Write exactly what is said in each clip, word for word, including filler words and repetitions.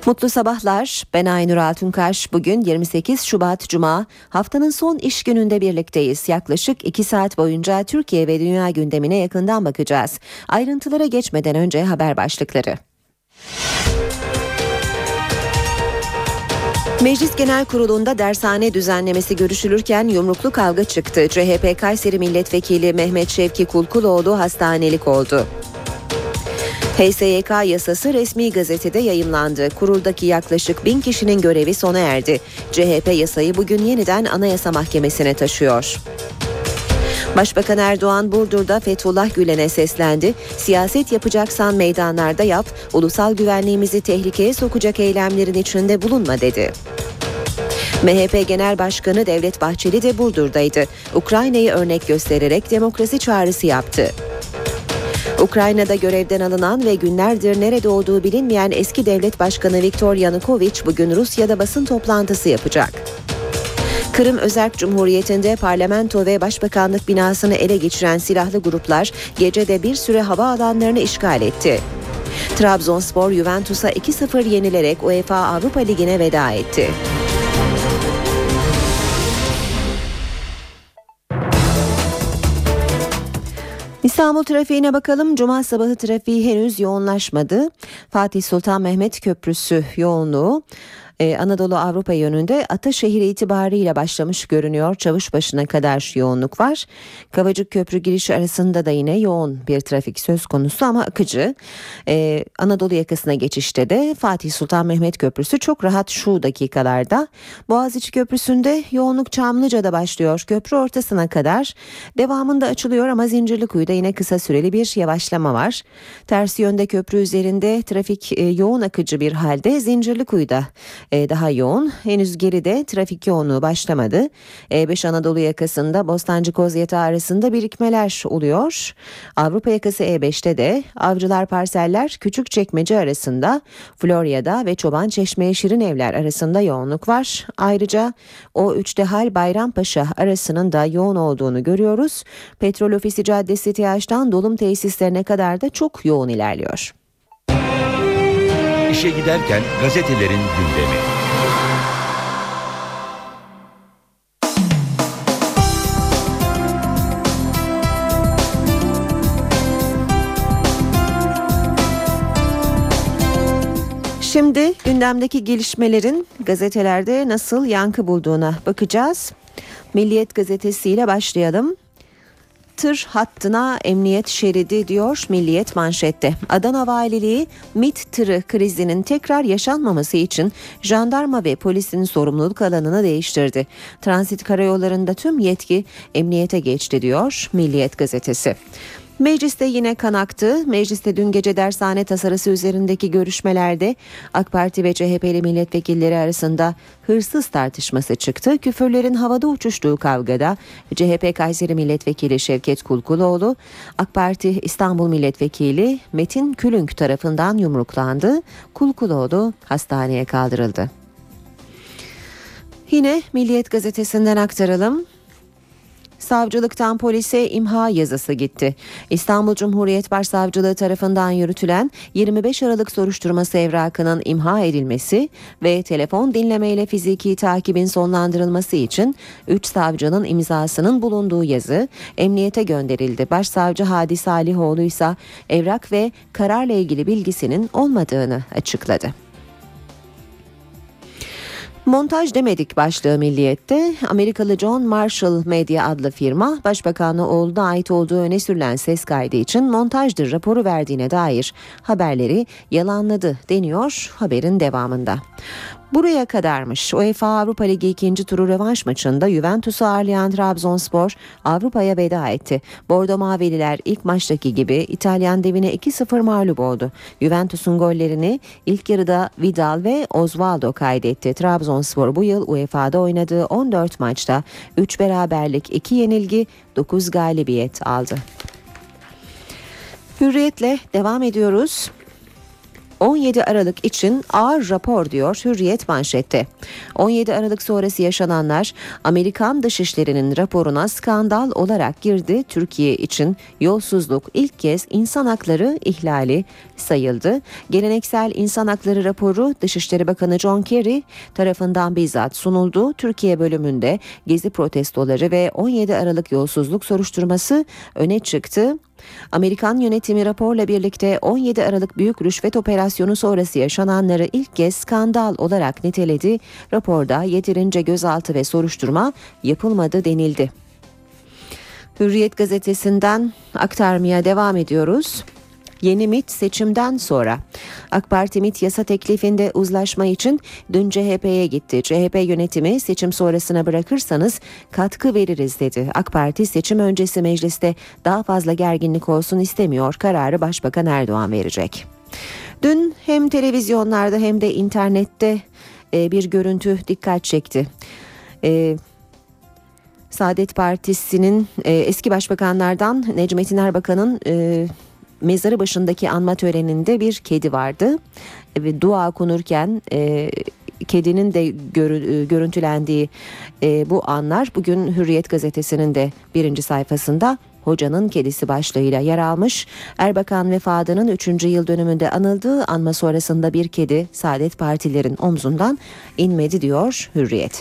Mutlu sabahlar. Ben Aynur Altunkaş. Bugün yirmi sekiz Şubat Cuma. Haftanın son iş gününde birlikteyiz. Yaklaşık iki saat boyunca Türkiye ve dünya gündemine yakından bakacağız. Ayrıntılara geçmeden önce haber başlıkları. Meclis Genel Kurulu'nda dershane düzenlemesi görüşülürken yumruklu kavga çıktı. C H P Kayseri Milletvekili Mehmet Şevki Kulkuloğlu hastanelik oldu. H S Y K yasası resmi gazetede yayımlandı. Kuruldaki yaklaşık bin kişinin görevi sona erdi. C H P yasayı bugün yeniden Anayasa Mahkemesi'ne taşıyor. Başbakan Erdoğan Burdur'da Fethullah Gülen'e seslendi. Siyaset yapacaksan meydanlarda yap, ulusal güvenliğimizi tehlikeye sokacak eylemlerin içinde bulunma dedi. M H P Genel Başkanı Devlet Bahçeli de Burdur'daydı. Ukrayna'yı örnek göstererek demokrasi çağrısı yaptı. Ukrayna'da görevden alınan ve günlerdir nerede olduğu bilinmeyen eski devlet başkanı Viktor Yanukovych bugün Rusya'da basın toplantısı yapacak. Kırım Özerk Cumhuriyeti'nde parlamento ve başbakanlık binasını ele geçiren silahlı gruplar gecede bir süre hava alanlarını işgal etti. Trabzonspor Juventus'a iki sıfır yenilerek UEFA Avrupa Ligi'ne veda etti. İstanbul trafiğine bakalım. Cuma sabahı trafiği henüz yoğunlaşmadı. Fatih Sultan Mehmet Köprüsü yoğunluğu Ee, Anadolu Avrupa yönünde Ataşehir itibarıyla başlamış görünüyor. Çavuşbaşı'na kadar yoğunluk var. Kavacık Köprü girişi arasında da yine yoğun bir trafik söz konusu ama akıcı. Ee, Anadolu yakasına geçişte de Fatih Sultan Mehmet Köprüsü çok rahat şu dakikalarda. Boğaziçi Köprüsü'nde yoğunluk Çamlıca'da başlıyor. Köprü ortasına kadar devamında açılıyor ama Zincirlikuyu'da yine kısa süreli bir yavaşlama var. Ters yönde köprü üzerinde trafik e, yoğun akıcı bir halde. Zincirlikuyu'da daha yoğun. Henüz geride trafik yoğunluğu başlamadı. E beş Anadolu yakasında Bostancı Kozyatağı arasında birikmeler oluyor. Avrupa yakası E beşte de Avcılar Parseller Küçükçekmece arasında, Florya'da ve Çobançeşme Şirinevler arasında yoğunluk var. Ayrıca O üçte Hal Bayrampaşa arasının da yoğun olduğunu görüyoruz. Petrol Ofisi Caddesi T H'tan dolum tesislerine kadar da çok yoğun ilerliyor. İşe giderken gazetelerin gündemi. Şimdi gündemdeki gelişmelerin gazetelerde nasıl yankı bulduğuna bakacağız. Milliyet gazetesiyle başlayalım. Tır hattına emniyet şeridi diyor Milliyet manşette. Adana Valiliği MİT tırı krizinin tekrar yaşanmaması için jandarma ve polisin sorumluluk alanını değiştirdi. Transit karayollarında tüm yetki emniyete geçti diyor Milliyet gazetesi. Mecliste yine kan aktı. Mecliste dün gece dershane tasarısı üzerindeki görüşmelerde AK Parti ve C H P'li milletvekilleri arasında hırsız tartışması çıktı. Küfürlerin havada uçuştuğu kavgada C H P Kayseri Milletvekili Şevket Kulkuloğlu, AK Parti İstanbul Milletvekili Metin Külünk tarafından yumruklandı. Kulkuloğlu hastaneye kaldırıldı. Yine Milliyet gazetesinden aktaralım. Savcılıktan polise imha yazısı gitti. İstanbul Cumhuriyet Başsavcılığı tarafından yürütülen yirmi beş Aralık soruşturması evrakının imha edilmesi ve telefon dinlemeyle fiziki takibin sonlandırılması için üç savcının imzasının bulunduğu yazı emniyete gönderildi. Başsavcı Hadi Salihoğlu ise evrak ve kararla ilgili bilgisinin olmadığını açıkladı. Montaj demedik başlığı Milliyet'te. Amerikalı John Marshall Media adlı firma Başbakanlığı oğluna ait olduğu öne sürülen ses kaydı için montajdır raporu verdiğine dair haberleri yalanladı deniyor haberin devamında. Buraya kadarmış. UEFA Avrupa Ligi ikinci turu rövanş maçında Juventus'u ağırlayan Trabzonspor Avrupa'ya veda etti. Bordo Mavililer ilk maçtaki gibi İtalyan devine iki sıfır mağlup oldu. Juventus'un gollerini ilk yarıda Vidal ve Osvaldo kaydetti. Trabzonspor bu yıl U E F A'da oynadığı on dört maçta üç beraberlik, iki yenilgi, dokuz galibiyet aldı. Hürriyetle devam ediyoruz. on yedi Aralık için ağır rapor diyor Hürriyet manşette. on yedi Aralık sonrası yaşananlar Amerikan Dışişleri'nin raporuna skandal olarak girdi. Türkiye için yolsuzluk ilk kez insan hakları ihlali sayıldı. Geleneksel insan hakları raporu Dışişleri Bakanı John Kerry tarafından bizzat sunuldu. Türkiye bölümünde gezi protestoları ve on yedi Aralık yolsuzluk soruşturması öne çıktı. Amerikan yönetimi raporla birlikte on yedi Aralık büyük rüşvet operasyonu sonrası yaşananları ilk kez skandal olarak niteledi. Raporda yeterince gözaltı ve soruşturma yapılmadı denildi. Hürriyet gazetesinden aktarmaya devam ediyoruz. Yeni MİT seçimden sonra. AK Parti MİT yasa teklifinde uzlaşma için dün C H P'ye gitti. C H P yönetimi seçim sonrasına bırakırsanız katkı veririz dedi. AK Parti seçim öncesi mecliste daha fazla gerginlik olsun istemiyor. Kararı Başbakan Erdoğan verecek. Dün hem televizyonlarda hem de internette bir görüntü dikkat çekti. E, Saadet Partisi'nin eski başbakanlardan Necmettin Erbakan'ın mezarı başındaki anma töreninde bir kedi vardı ve dua okunurken e, kedinin de görü, görüntülendiği e, bu anlar bugün Hürriyet gazetesinin de birinci sayfasında Hocanın Kedisi başlığıyla yer almış. Erbakan vefatının üçüncü yıl dönümünde anıldığı anma sonrasında bir kedi Saadet Partilerin omzundan inmedi diyor Hürriyet.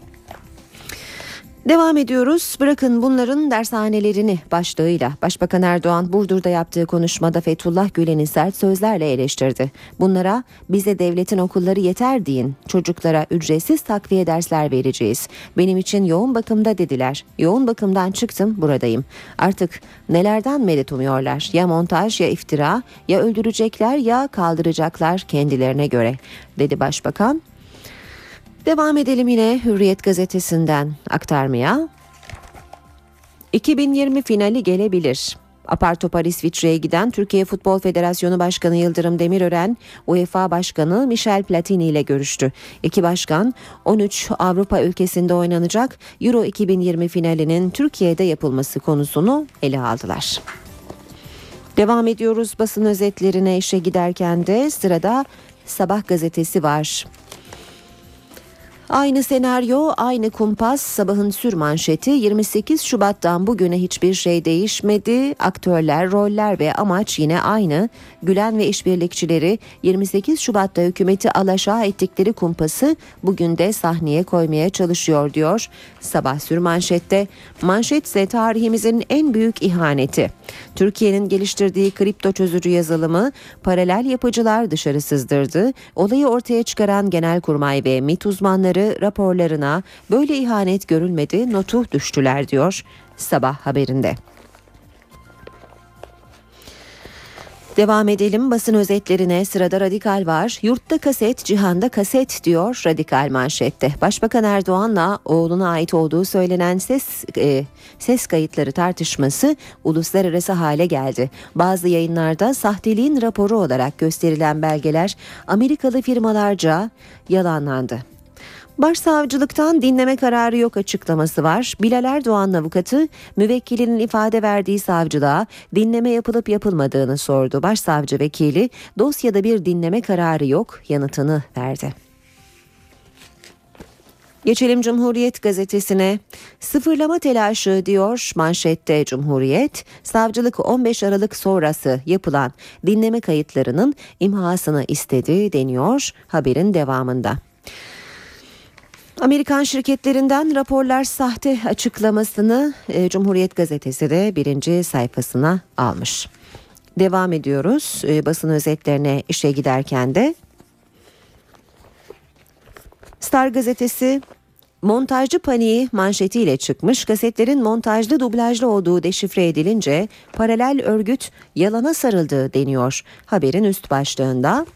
Devam ediyoruz. Bırakın bunların dershanelerini başlığıyla Başbakan Erdoğan Burdur'da yaptığı konuşmada Fethullah Gülen'i sert sözlerle eleştirdi. Bunlara bize devletin okulları yeter deyin. Çocuklara ücretsiz takviye dersler vereceğiz. Benim için yoğun bakımda dediler. Yoğun bakımdan çıktım buradayım. Artık nelerden medet umuyorlar? Ya montaj ya iftira, ya öldürecekler ya kaldıracaklar kendilerine göre dedi Başbakan. Devam edelim yine Hürriyet gazetesinden aktarmaya. iki bin yirmi finali gelebilir. Apar topar İsviçre'ye giden Türkiye Futbol Federasyonu Başkanı Yıldırım Demirören, UEFA Başkanı Michel Platini ile görüştü. İki başkan on üç Avrupa ülkesinde oynanacak Euro iki bin yirmi finalinin Türkiye'de yapılması konusunu ele aldılar. Devam ediyoruz basın özetlerine. İşe giderken de sırada Sabah gazetesi var. Aynı senaryo, aynı kumpas. Sabahın sürmanşeti yirmi sekiz Şubat'tan bugüne hiçbir şey değişmedi. Aktörler, roller ve amaç yine aynı. Gülen ve işbirlikçileri yirmi sekiz Şubat'ta hükümeti alaşağı ettikleri kumpası bugün de sahneye koymaya çalışıyor diyor. Sabah sürmanşette. Manşet ise tarihimizin en büyük ihaneti. Türkiye'nin geliştirdiği kripto çözücü yazılımı paralel yapıcılar dışarı sızdırdı. Olayı ortaya çıkaran Genelkurmay ve MİT uzmanları raporlarına böyle ihanet görülmedi, notu düştüler diyor Sabah haberinde. Devam edelim basın özetlerine. Sırada Radikal var. Yurtta kaset, cihanda kaset diyor Radikal manşette. Başbakan Erdoğan'la oğluna ait olduğu söylenen ses e, ses kayıtları tartışması uluslararası hale geldi. Bazı yayınlarda sahteliğin raporu olarak gösterilen belgeler Amerikalı firmalarca yalanlandı. Başsavcılıktan dinleme kararı yok açıklaması var. Bilal Erdoğan'ın avukatı müvekkilinin ifade verdiği savcılığa dinleme yapılıp yapılmadığını sordu. Başsavcı vekili dosyada bir dinleme kararı yok yanıtını verdi. Geçelim Cumhuriyet gazetesine. Sıfırlama telaşı diyor manşette Cumhuriyet. Savcılık on beş Aralık sonrası yapılan dinleme kayıtlarının imhasını istedi deniyor haberin devamında. Amerikan şirketlerinden raporlar sahte açıklamasını e, Cumhuriyet gazetesi de birinci sayfasına almış. Devam ediyoruz e, basın özetlerine işe giderken de. Star gazetesi montajcı paniği manşetiyle çıkmış. Kasetlerin montajlı dublajlı olduğu deşifre edilince paralel örgüt yalana sarıldı deniyor haberin üst başlığında.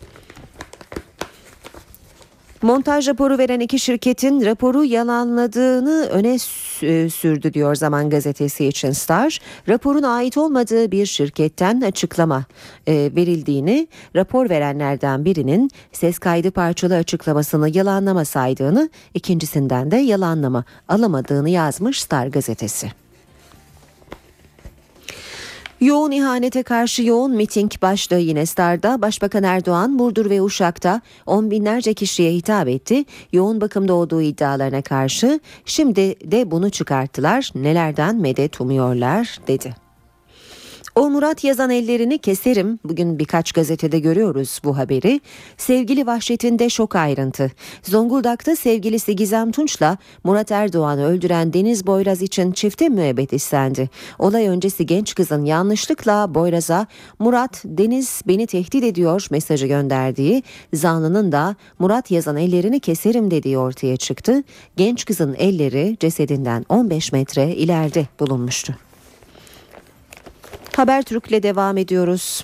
Montaj raporu veren iki şirketin raporu yalanladığını öne sürdü diyor Zaman Gazetesi için Star. Raporun ait olmadığı bir şirketten açıklama e, verildiğini, rapor verenlerden birinin ses kaydı parçalı açıklamasını yalanlama saydığını, ikincisinden de yalanlama alamadığını yazmış Star Gazetesi. Yoğun ihanete karşı yoğun miting başlığı yine Star'da. Başbakan Erdoğan Burdur ve Uşak'ta on binlerce kişiye hitap etti. Yoğun bakımda olduğu iddialarına karşı şimdi de bunu çıkarttılar. Nelerden medet umuyorlar dedi. O Murat yazan ellerini keserim. Bugün birkaç gazetede görüyoruz bu haberi. Sevgili Vahşet'inde şok ayrıntı. Zonguldak'ta sevgilisi Gizem Tunç'la Murat Erdoğan'ı öldüren Deniz Boyraz için çifte müebbet istendi. Olay öncesi genç kızın yanlışlıkla Boyraz'a Murat, Deniz beni tehdit ediyor mesajı gönderdiği, zanlının da Murat yazan ellerini keserim dediği ortaya çıktı. Genç kızın elleri cesedinden on beş metre ileride bulunmuştu. Habertürk'le devam ediyoruz.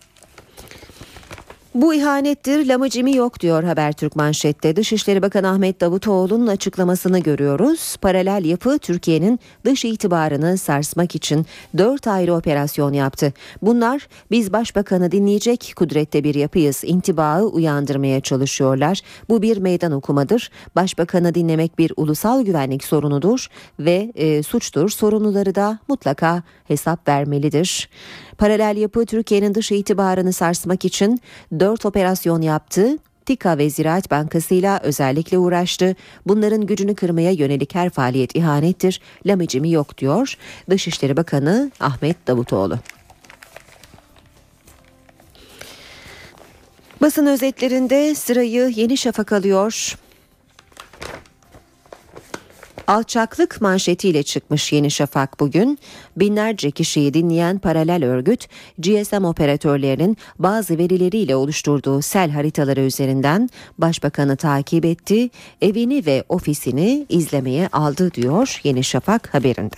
Bu ihanettir, lamıcımı yok diyor Habertürk manşette. Dışişleri Bakanı Ahmet Davutoğlu'nun açıklamasını görüyoruz. Paralel yapı Türkiye'nin dış itibarını sarsmak için dört ayrı operasyon yaptı. Bunlar biz başbakanı dinleyecek kudrette bir yapıyız intibağı uyandırmaya çalışıyorlar. Bu bir meydan okumadır. Başbakanı dinlemek bir ulusal güvenlik sorunudur ve e, suçtur. Sorumluları da mutlaka hesap vermelidir. Paralel yapı Türkiye'nin dış itibarını sarsmak için dört operasyon yaptı. TİKA ve Ziraat Bankası ile özellikle uğraştı. Bunların gücünü kırmaya yönelik her faaliyet ihanettir. Lamıcımı yok diyor Dışişleri Bakanı Ahmet Davutoğlu. Basın özetlerinde sırayı Yeni Şafak alıyor. Alçaklık manşetiyle çıkmış Yeni Şafak bugün. Binlerce kişiyi dinleyen paralel örgüt, G S M operatörlerinin bazı verileriyle oluşturduğu sel haritaları üzerinden başbakanı takip etti, evini ve ofisini izlemeye aldı diyor Yeni Şafak haberinde.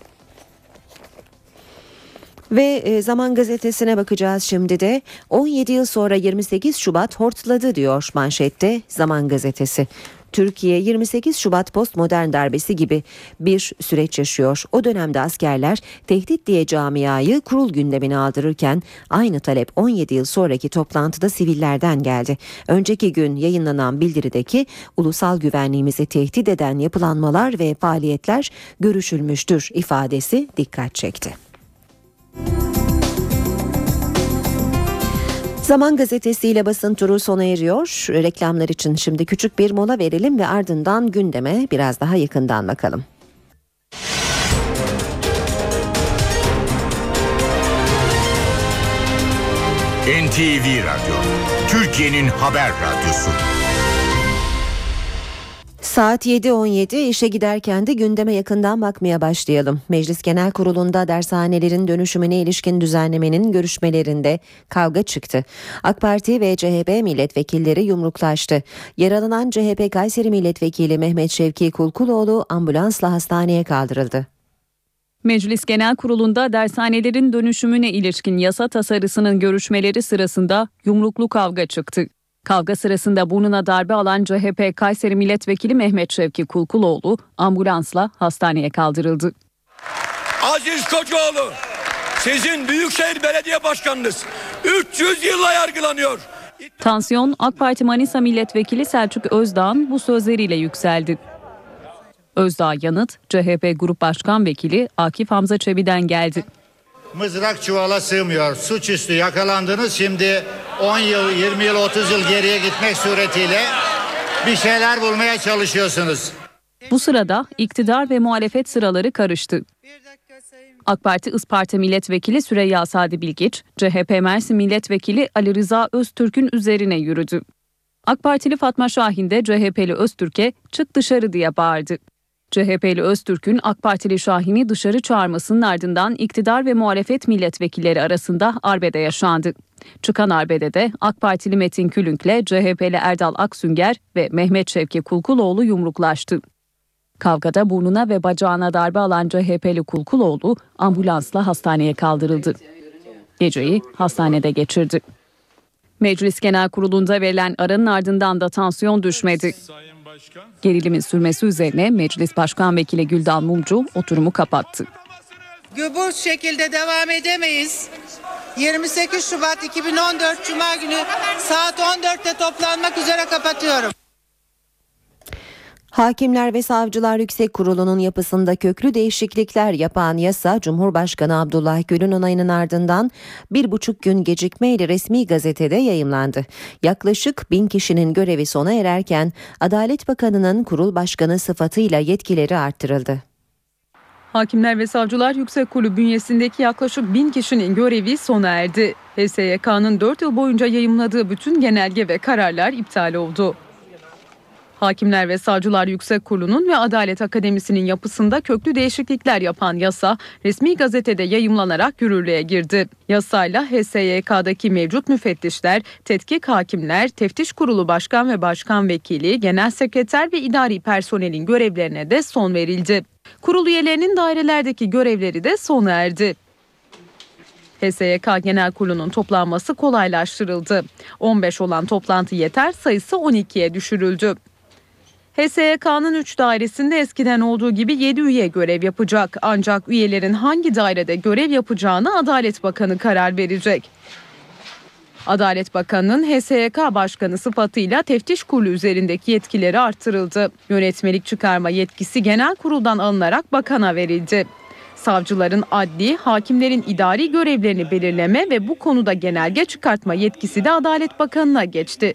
Ve Zaman Gazetesi'ne bakacağız şimdi de. on yedi yıl sonra yirmi sekiz Şubat hortladı diyor manşette Zaman Gazetesi. Türkiye yirmi sekiz Şubat postmodern darbesi gibi bir süreç yaşıyor. O dönemde askerler tehdit diye camiayı kurul gündemine aldırırken aynı talep on yedi yıl sonraki toplantıda sivillerden geldi. Önceki gün yayınlanan bildirideki ulusal güvenliğimizi tehdit eden yapılanmalar ve faaliyetler görüşülmüştür ifadesi dikkat çekti. Zaman Gazetesi ile basın turu sona eriyor. Reklamlar için şimdi küçük bir mola verelim ve ardından gündeme biraz daha yakından bakalım. N T V Radyo, Türkiye'nin haber radyosu. Saat yedi on yedi, işe giderken de gündeme yakından bakmaya başlayalım. Meclis Genel Kurulu'nda dershanelerin dönüşümüne ilişkin düzenlemenin görüşmelerinde kavga çıktı. AK Parti ve C H P milletvekilleri yumruklaştı. Yaralanan C H P Kayseri Milletvekili Mehmet Şevki Kulkuloğlu ambulansla hastaneye kaldırıldı. Meclis Genel Kurulu'nda dershanelerin dönüşümüne ilişkin yasa tasarısının görüşmeleri sırasında yumruklu kavga çıktı. Kavga sırasında burnuna darbe alan C H P Kayseri Milletvekili Mehmet Şevki Kulkuloğlu ambulansla hastaneye kaldırıldı. Aziz Koçoğlu, sizin Büyükşehir Belediye Başkanınız üç yüz yılla yargılanıyor. Tansiyon AK Parti Manisa Milletvekili Selçuk Özdağ'ın bu sözleriyle yükseldi. Özdağ yanıt C H P Grup Başkan Vekili Akif Hamza Çebi'den geldi. Mızrak çuvala sığmıyor. Suçüstü yakalandınız. Şimdi on yıl, yirmi yıl, otuz yıl geriye gitmek suretiyle bir şeyler bulmaya çalışıyorsunuz. Bu sırada iktidar ve muhalefet sıraları karıştı. AK Parti Isparta Milletvekili Süreyya Sadi Bilgiç, C H P Mersin Milletvekili Ali Rıza Öztürk'ün üzerine yürüdü. AK Partili Fatma Şahin de C H P'li Öztürk'e çık dışarı diye bağırdı. C H P'li Öztürk'ün AK Partili Şahin'i dışarı çağırmasının ardından iktidar ve muhalefet milletvekilleri arasında arbede yaşandı. Çıkan arbedede AK Partili Metin Külünk'le C H P'li Erdal Aksünger ve Mehmet Şevki Kulkuloğlu yumruklaştı. Kavgada burnuna ve bacağına darbe alan C H P'li Kulkuloğlu ambulansla hastaneye kaldırıldı. Geceyi hastanede geçirdi. Meclis Genel Kurulu'nda verilen aranın ardından da tansiyon düşmedi. Gerilimin sürmesi üzerine Meclis Başkan Vekili Güldan Mumcu oturumu kapattı. Bu şekilde devam edemeyiz. yirmi sekiz Şubat iki bin on dört Cuma günü saat on dörtte toplanmak üzere kapatıyorum. Hakimler ve Savcılar Yüksek Kurulu'nun yapısında köklü değişiklikler yapan yasa, Cumhurbaşkanı Abdullah Gül'ün onayının ardından bir buçuk gün gecikmeyle resmi gazetede yayımlandı. Yaklaşık bin kişinin görevi sona ererken Adalet Bakanı'nın kurul başkanı sıfatıyla yetkileri arttırıldı. Hakimler ve Savcılar Yüksek Kurulu bünyesindeki yaklaşık bin kişinin görevi sona erdi. H S Y K'nın dört yıl boyunca yayımladığı bütün genelge ve kararlar iptal oldu. Hakimler ve Savcılar Yüksek Kurulu'nun ve Adalet Akademisi'nin yapısında köklü değişiklikler yapan yasa resmi gazetede yayımlanarak yürürlüğe girdi. Yasayla H S Y K'daki mevcut müfettişler, tetkik hakimler, teftiş kurulu başkan ve başkan vekili, genel sekreter ve idari personelin görevlerine de son verildi. Kurul üyelerinin dairelerdeki görevleri de sona erdi. H S Y K Genel Kurulu'nun toplanması kolaylaştırıldı. on beş olan toplantı yeter sayısı on ikiye düşürüldü. H S Y K'nın üç dairesinde eskiden olduğu gibi yedi üye görev yapacak. Ancak üyelerin hangi dairede görev yapacağına Adalet Bakanı karar verecek. Adalet Bakanı'nın H S Y K Başkanı sıfatıyla teftiş kurulu üzerindeki yetkileri artırıldı. Yönetmelik çıkarma yetkisi genel kuruldan alınarak bakana verildi. Savcıların adli, hakimlerin idari görevlerini belirleme ve bu konuda genelge çıkartma yetkisi de Adalet Bakanı'na geçti.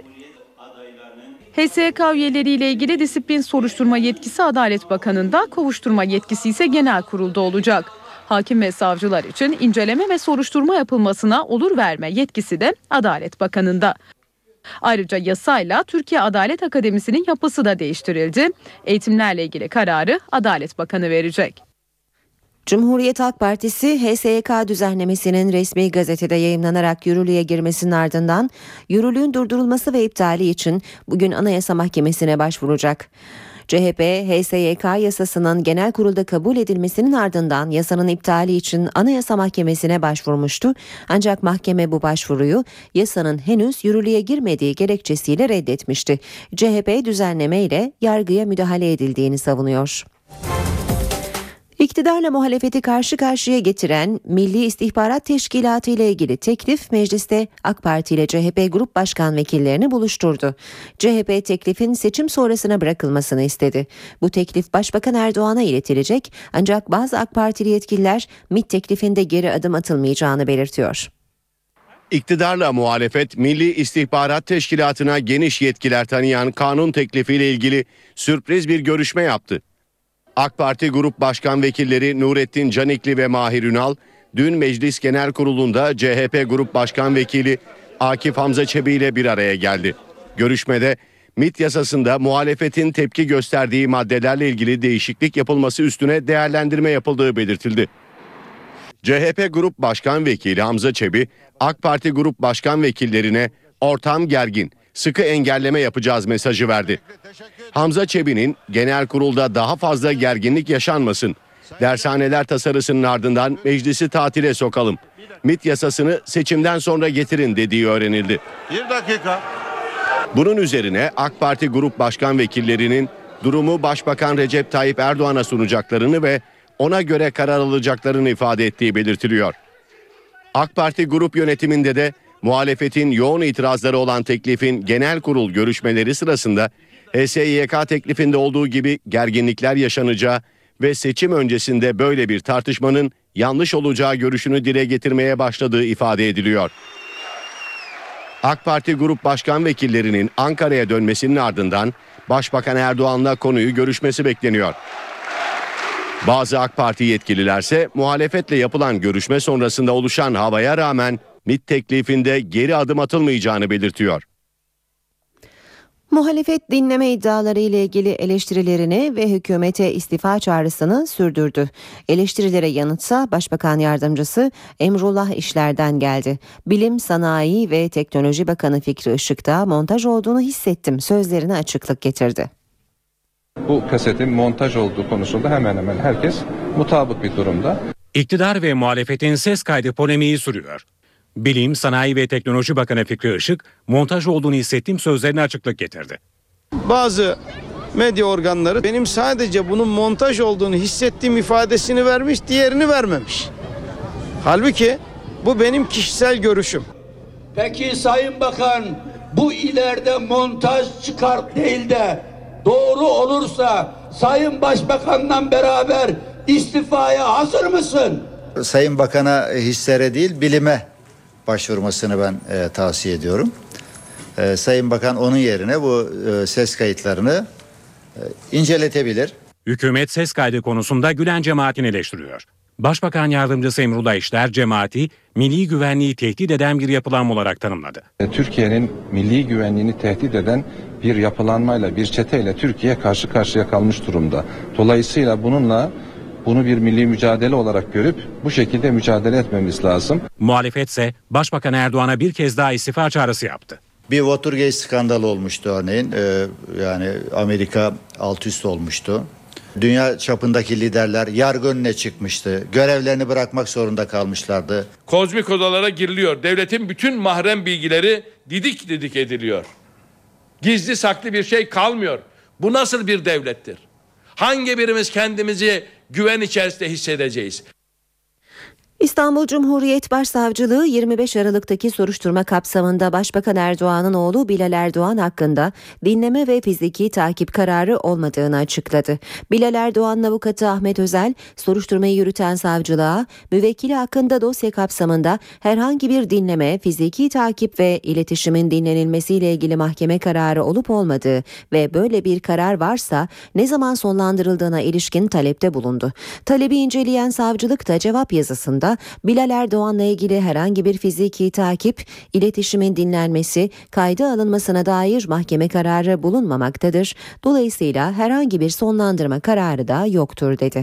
H S Y K üyeleriyle ilgili disiplin soruşturma yetkisi Adalet Bakanı'nda, kovuşturma yetkisi ise genel kurulda olacak. Hakim ve savcılar için inceleme ve soruşturma yapılmasına olur verme yetkisi de Adalet Bakanı'nda. Ayrıca yasayla Türkiye Adalet Akademisi'nin yapısı da değiştirildi. Eğitimlerle ilgili kararı Adalet Bakanı verecek. Cumhuriyet Halk Partisi H S Y K düzenlemesinin resmi gazetede yayımlanarak yürürlüğe girmesinin ardından yürürlüğün durdurulması ve iptali için bugün Anayasa Mahkemesi'ne başvuracak. C H P, H S Y K yasasının genel kurulda kabul edilmesinin ardından yasanın iptali için Anayasa Mahkemesi'ne başvurmuştu. Ancak mahkeme bu başvuruyu yasanın henüz yürürlüğe girmediği gerekçesiyle reddetmişti. C H P düzenleme ile yargıya müdahale edildiğini savunuyor. İktidarla muhalefeti karşı karşıya getiren Milli İstihbarat Teşkilatı ile ilgili teklif mecliste AK Parti ile C H P Grup Başkan Vekillerini buluşturdu. C H P teklifin seçim sonrasına bırakılmasını istedi. Bu teklif Başbakan Erdoğan'a iletilecek, ancak bazı AK Partili yetkililer MİT teklifinde geri adım atılmayacağını belirtiyor. İktidarla muhalefet Milli İstihbarat Teşkilatı'na geniş yetkiler tanıyan kanun teklifiyle ilgili sürpriz bir görüşme yaptı. AK Parti Grup Başkan Vekilleri Nurettin Canikli ve Mahir Ünal, dün Meclis Genel Kurulu'nda C H P Grup Başkan Vekili Akif Hamza Çebi ile bir araya geldi. Görüşmede MİT yasasında muhalefetin tepki gösterdiği maddelerle ilgili değişiklik yapılması üstüne değerlendirme yapıldığı belirtildi. C H P Grup Başkan Vekili Hamza Çebi, AK Parti Grup Başkan Vekillerine ortam gergin, sıkı engelleme yapacağız mesajı verdi. Hamza Çebi'nin genel kurulda daha fazla gerginlik yaşanmasın, dershaneler tasarısının ardından meclisi tatile sokalım, MİT yasasını seçimden sonra getirin dediği öğrenildi. Bir dakika. Bunun üzerine AK Parti Grup Başkan Vekillerinin durumu Başbakan Recep Tayyip Erdoğan'a sunacaklarını ve ona göre karar alacaklarını ifade ettiği belirtiliyor. AK Parti Grup yönetiminde de muhalefetin yoğun itirazları olan teklifin genel kurul görüşmeleri sırasında H S Y K teklifinde olduğu gibi gerginlikler yaşanacağı ve seçim öncesinde böyle bir tartışmanın yanlış olacağı görüşünü dile getirmeye başladığı ifade ediliyor. AK Parti Grup Başkan Vekillerinin Ankara'ya dönmesinin ardından Başbakan Erdoğan'la konuyu görüşmesi bekleniyor. Bazı AK Parti yetkililerse muhalefetle yapılan görüşme sonrasında oluşan havaya rağmen MİT teklifinde geri adım atılmayacağını belirtiyor. Muhalefet dinleme iddiaları ile ilgili eleştirilerini ve hükümete istifa çağrısını sürdürdü. Eleştirilere yanıtsa Başbakan Yardımcısı Emrullah İşler'den geldi. Bilim, Sanayi ve Teknoloji Bakanı Fikri Işık'ta montaj olduğunu hissettim sözlerine açıklık getirdi. Bu kasetin montaj olduğu konusunda hemen hemen herkes mutabık bir durumda. İktidar ve muhalefetin ses kaydı polemiği sürüyor. Bilim, Sanayi ve Teknoloji Bakanı Fikri Işık, montaj olduğunu hissettiğim sözlerine açıklık getirdi. Bazı medya organları benim sadece bunun montaj olduğunu hissettiğim ifadesini vermiş, diğerini vermemiş. Halbuki bu benim kişisel görüşüm. Peki Sayın Bakan, bu ileride montaj çıkart değil de doğru olursa Sayın Başbakan'la beraber istifaya hazır mısın? Sayın Bakan'a hislere değil bilime başvurmasını ben e, tavsiye ediyorum. E, Sayın Bakan onun yerine bu e, ses kayıtlarını e, inceletebilir. Hükümet ses kaydı konusunda Gülen cemaatini eleştiriyor. Başbakan Yardımcısı Emrullah İşler cemaati milli güvenliği tehdit eden bir yapılanma olarak tanımladı. Türkiye'nin milli güvenliğini tehdit eden bir yapılanmayla, bir çeteyle Türkiye karşı karşıya kalmış durumda. Dolayısıyla bununla bunu bir milli mücadele olarak görüp bu şekilde mücadele etmemiz lazım. Muhalefet ise Başbakan Erdoğan'a bir kez daha istifa çağrısı yaptı. Bir Watergate skandalı olmuştu örneğin. Ee, yani Amerika alt üst olmuştu. Dünya çapındaki liderler yargı önüne çıkmıştı. Görevlerini bırakmak zorunda kalmışlardı. Kozmik odalara giriliyor. Devletin bütün mahrem bilgileri didik didik ediliyor. Gizli saklı bir şey kalmıyor. Bu nasıl bir devlettir? Hangi birimiz kendimizi güven içerisinde hissedeceğiz? İstanbul Cumhuriyet Başsavcılığı yirmi beş Aralık'taki soruşturma kapsamında Başbakan Erdoğan'ın oğlu Bilal Erdoğan hakkında dinleme ve fiziki takip kararı olmadığını açıkladı. Bilal Erdoğan'ın avukatı Ahmet Özel, soruşturmayı yürüten savcılığa müvekkili hakkında dosya kapsamında herhangi bir dinleme, fiziki takip ve iletişimin dinlenilmesiyle ilgili mahkeme kararı olup olmadığı ve böyle bir karar varsa ne zaman sonlandırıldığına ilişkin talepte bulundu. Talebi inceleyen savcılık da cevap yazısında Bilal Erdoğan'la ilgili herhangi bir fiziki takip, iletişimin dinlenmesi, kayda alınmasına dair mahkeme kararı bulunmamaktadır. Dolayısıyla herhangi bir sonlandırma kararı da yoktur dedi.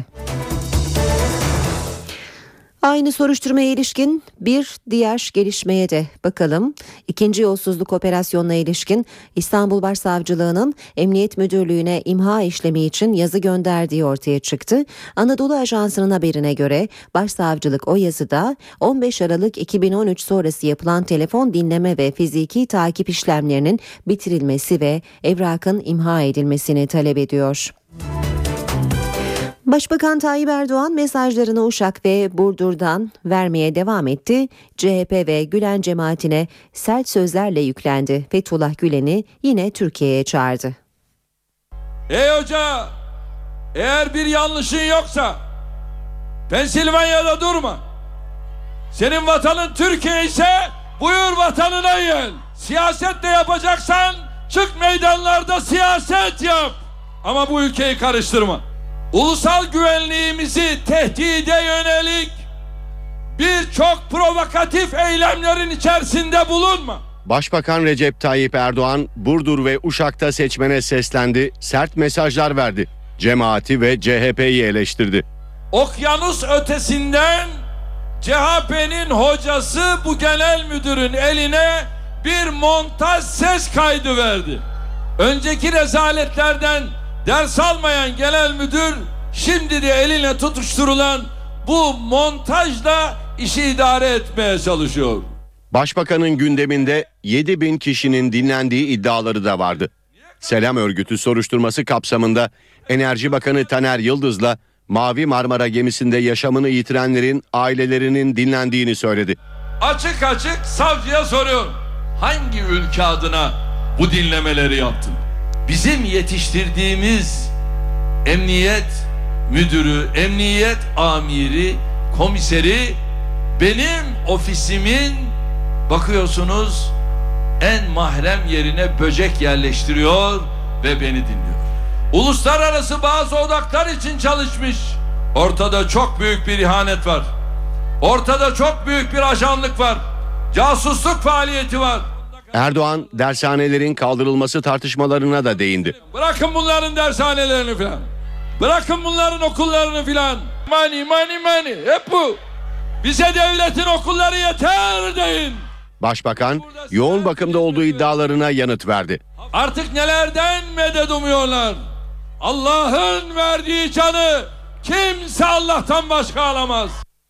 Aynı soruşturmaya ilişkin bir diğer gelişmeye de bakalım. İkinci yolsuzluk operasyonuna ilişkin İstanbul Başsavcılığı'nın Emniyet Müdürlüğü'ne imha işlemi için yazı gönderdiği ortaya çıktı. Anadolu Ajansı'nın haberine göre Başsavcılık o yazıda on beş Aralık iki bin on üç sonrası yapılan telefon dinleme ve fiziki takip işlemlerinin bitirilmesi ve evrakın imha edilmesini talep ediyor. Başbakan Tayyip Erdoğan mesajlarını Uşak ve Burdur'dan vermeye devam etti. C H P ve Gülen cemaatine sert sözlerle yüklendi. Fethullah Gülen'i yine Türkiye'ye çağırdı. Ey hoca, eğer bir yanlışın yoksa Pensilvanya'da durma. Senin vatanın Türkiye ise buyur vatanına gel. Siyaset de yapacaksan çık meydanlarda siyaset yap. Ama bu ülkeyi karıştırma. Ulusal güvenliğimizi tehdide yönelik birçok provokatif eylemlerin içerisinde bulunma. Başbakan Recep Tayyip Erdoğan, Burdur ve Uşak'ta seçmene seslendi, sert mesajlar verdi. Cemaati ve C H P'yi eleştirdi. Okyanus ötesinden C H P'nin hocası bu genel müdürün eline bir montaj ses kaydı verdi. Önceki rezaletlerden ders almayan genel müdür şimdi de eline tutuşturulan bu montajla işi idare etmeye çalışıyor. Başbakanın gündeminde yedi bin kişinin dinlendiği iddiaları da vardı. Selam Örgütü soruşturması kapsamında Enerji Bakanı Taner Yıldız'la Mavi Marmara gemisinde yaşamını yitirenlerin ailelerinin dinlendiğini söyledi. Açık açık savcıya soruyorum. Hangi ülke adına bu dinlemeleri yaptın? Bizim yetiştirdiğimiz emniyet müdürü, emniyet amiri, komiseri benim ofisimin bakıyorsunuz en mahrem yerine böcek yerleştiriyor ve beni dinliyor. Uluslararası bazı odaklar için çalışmış. Ortada çok büyük bir ihanet var. Ortada çok büyük bir ajanlık var. Casusluk faaliyeti var. Erdoğan dershanelerin kaldırılması tartışmalarına da değindi. Bırakın bunların dershanelerini filan. Bırakın bunların okullarını filan. Mani mani mani hep bu. Bize devletin okulları yeter deyin. Başbakan yoğun bakımda olduğu iddialarına yanıt verdi. Artık nelerden medet umuyorlar. Allah'ın verdiği canı kimse Allah'tan başka alamaz.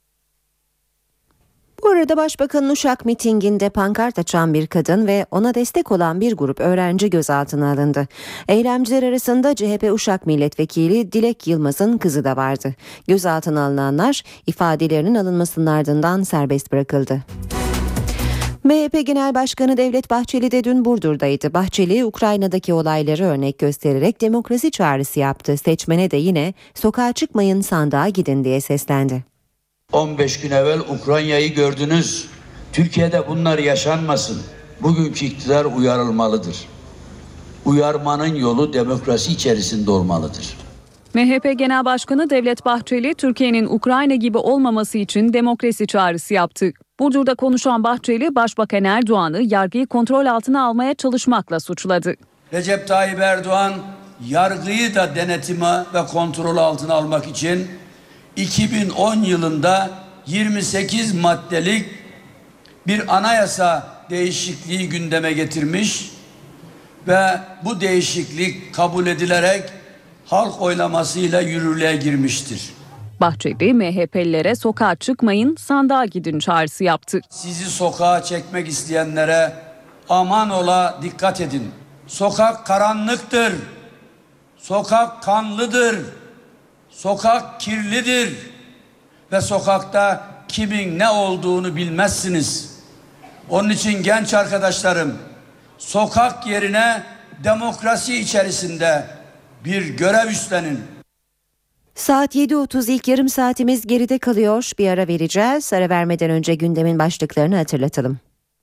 Bu arada Başbakanın Uşak mitinginde pankart açan bir kadın ve ona destek olan bir grup öğrenci gözaltına alındı. Eylemciler arasında C H P Uşak Milletvekili Dilek Yılmaz'ın kızı da vardı. Gözaltına alınanlar ifadelerinin alınmasının ardından serbest bırakıldı. M H P Genel Başkanı Devlet Bahçeli de dün Burdur'daydı. Bahçeli, Ukrayna'daki olayları örnek göstererek demokrasi çağrısı yaptı. Seçmene de yine sokağa çıkmayın, sandığa gidin diye seslendi. on beş gün evvel Ukrayna'yı gördünüz. Türkiye'de bunlar yaşanmasın. Bugünkü iktidar uyarılmalıdır. Uyarmanın yolu demokrasi içerisinde olmalıdır. M H P Genel Başkanı Devlet Bahçeli, Türkiye'nin Ukrayna gibi olmaması için demokrasi çağrısı yaptı. Burdur'da konuşan Bahçeli, Başbakan Erdoğan'ı yargıyı kontrol altına almaya çalışmakla suçladı. Recep Tayyip Erdoğan, yargıyı da denetime ve kontrol altına almak için iki bin on yılında yirmi sekiz maddelik bir anayasa değişikliği gündeme getirmiş ve bu değişiklik kabul edilerek halk oylamasıyla yürürlüğe girmiştir. Bahçeli, M H P'lilere sokağa çıkmayın, sandığa gidin çağrısı yaptı. Sizi sokağa çekmek isteyenlere aman ola dikkat edin. Sokak karanlıktır. Sokak kanlıdır. Sokak kirlidir. Ve sokakta kimin ne olduğunu bilmezsiniz. Onun için genç arkadaşlarım, sokak yerine demokrasi içerisinde bir görev üstlenin. Saat yedi otuz, ilk yarım saatimiz geride kalıyor. Bir ara vereceğiz. Ara vermeden önce gündemin başlıklarını hatırlatalım.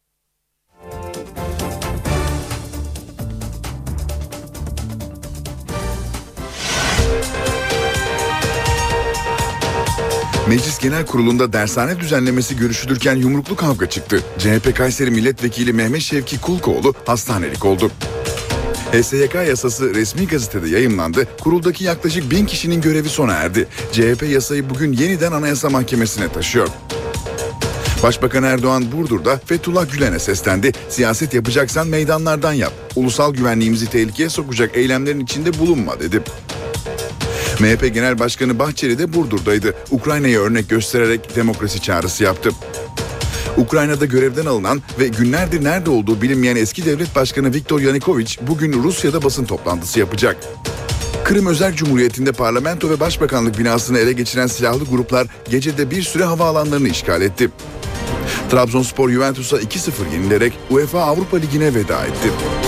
Meclis Genel Kurulu'nda dershane düzenlemesi görüşülürken yumruklu kavga çıktı. C H P Kayseri Milletvekili Mehmet Şevki Kulkoğlu hastanelik oldu. H S Y K yasası resmi gazetede yayımlandı. Kuruldaki yaklaşık bin kişinin görevi sona erdi. C H P yasayı bugün yeniden Anayasa Mahkemesi'ne taşıyor. Başbakan Erdoğan Burdur'da Fethullah Gülen'e seslendi. Siyaset yapacaksan meydanlardan yap. Ulusal güvenliğimizi tehlikeye sokacak eylemlerin içinde bulunma dedi. M H P Genel Başkanı Bahçeli de Burdur'daydı. Ukrayna'ya örnek göstererek demokrasi çağrısı yaptı. Ukrayna'da görevden alınan ve günlerdir nerede olduğu bilinmeyen eski devlet başkanı Viktor Yanukovych bugün Rusya'da basın toplantısı yapacak. Kırım Özerk Cumhuriyeti'nde parlamento ve başbakanlık binasını ele geçiren silahlı gruplar gecede bir süre havaalanlarını işgal etti. Trabzonspor Juventus'a iki sıfır yenilerek UEFA Avrupa Ligi'ne veda etti.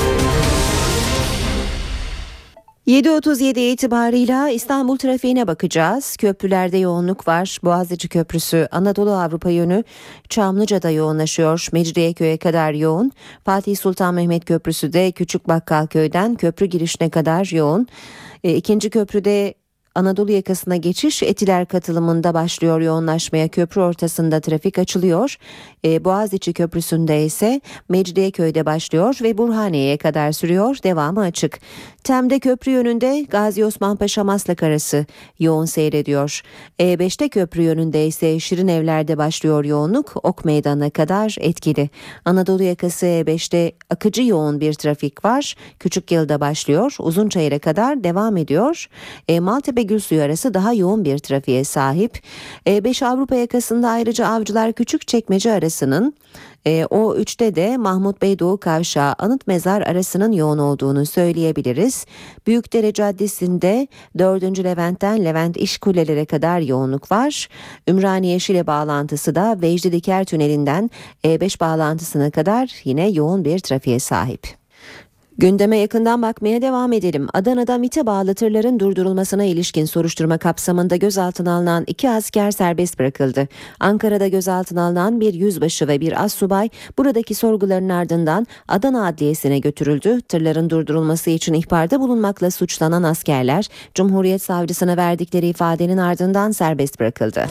yedi otuz yedi itibarıyla İstanbul trafiğine bakacağız. Köprülerde yoğunluk var. Boğaziçi Köprüsü Anadolu Avrupa yönü Çamlıca'da yoğunlaşıyor. Mecidiyeköy'e kadar yoğun. Fatih Sultan Mehmet Köprüsü de Küçükbakkalköy'den köprü girişine kadar yoğun. E, ikinci köprüde Anadolu yakasına geçiş Etiler katılımında başlıyor yoğunlaşmaya. Köprü ortasında trafik açılıyor. E, Boğaziçi Köprüsü'nde ise Mecidiyeköy'de başlıyor ve Burhaniye'ye kadar sürüyor. Devamı açık. Tem'de köprü yönünde Gazi Osman Paşa Maslak arası yoğun seyrediyor. E beşte köprü yönünde ise Şirinevler'de başlıyor yoğunluk. Ok Meydanı'na kadar etkili. Anadolu yakası E beşte akıcı yoğun bir trafik var. Küçükyıl'da başlıyor. Uzunçayır'a kadar devam ediyor. E, Maltepe Gülsuyu arası daha yoğun bir trafiğe sahip. E beş Avrupa yakasında ayrıca Avcılar Küçükçekmece arasının E, o üçte de Mahmut Bey Doğu Kavşağı Anıt Mezar arasının yoğun olduğunu söyleyebiliriz. Büyükdere Caddesi'nde dördüncü Levent'ten Levent İşkulelere kadar yoğunluk var. Ümraniye Şile bağlantısı da Vecdi Diker Tüneli'nden E beş bağlantısına kadar yine yoğun bir trafiğe sahip. Gündeme yakından bakmaya devam edelim. Adana'da MİT'e bağlı tırların durdurulmasına ilişkin soruşturma kapsamında gözaltına alınan iki asker serbest bırakıldı. Ankara'da gözaltına alınan bir yüzbaşı ve bir astsubay buradaki sorguların ardından Adana Adliyesi'ne götürüldü. Tırların durdurulması için ihbarda bulunmakla suçlanan askerler Cumhuriyet Savcısına verdikleri ifadenin ardından serbest bırakıldı.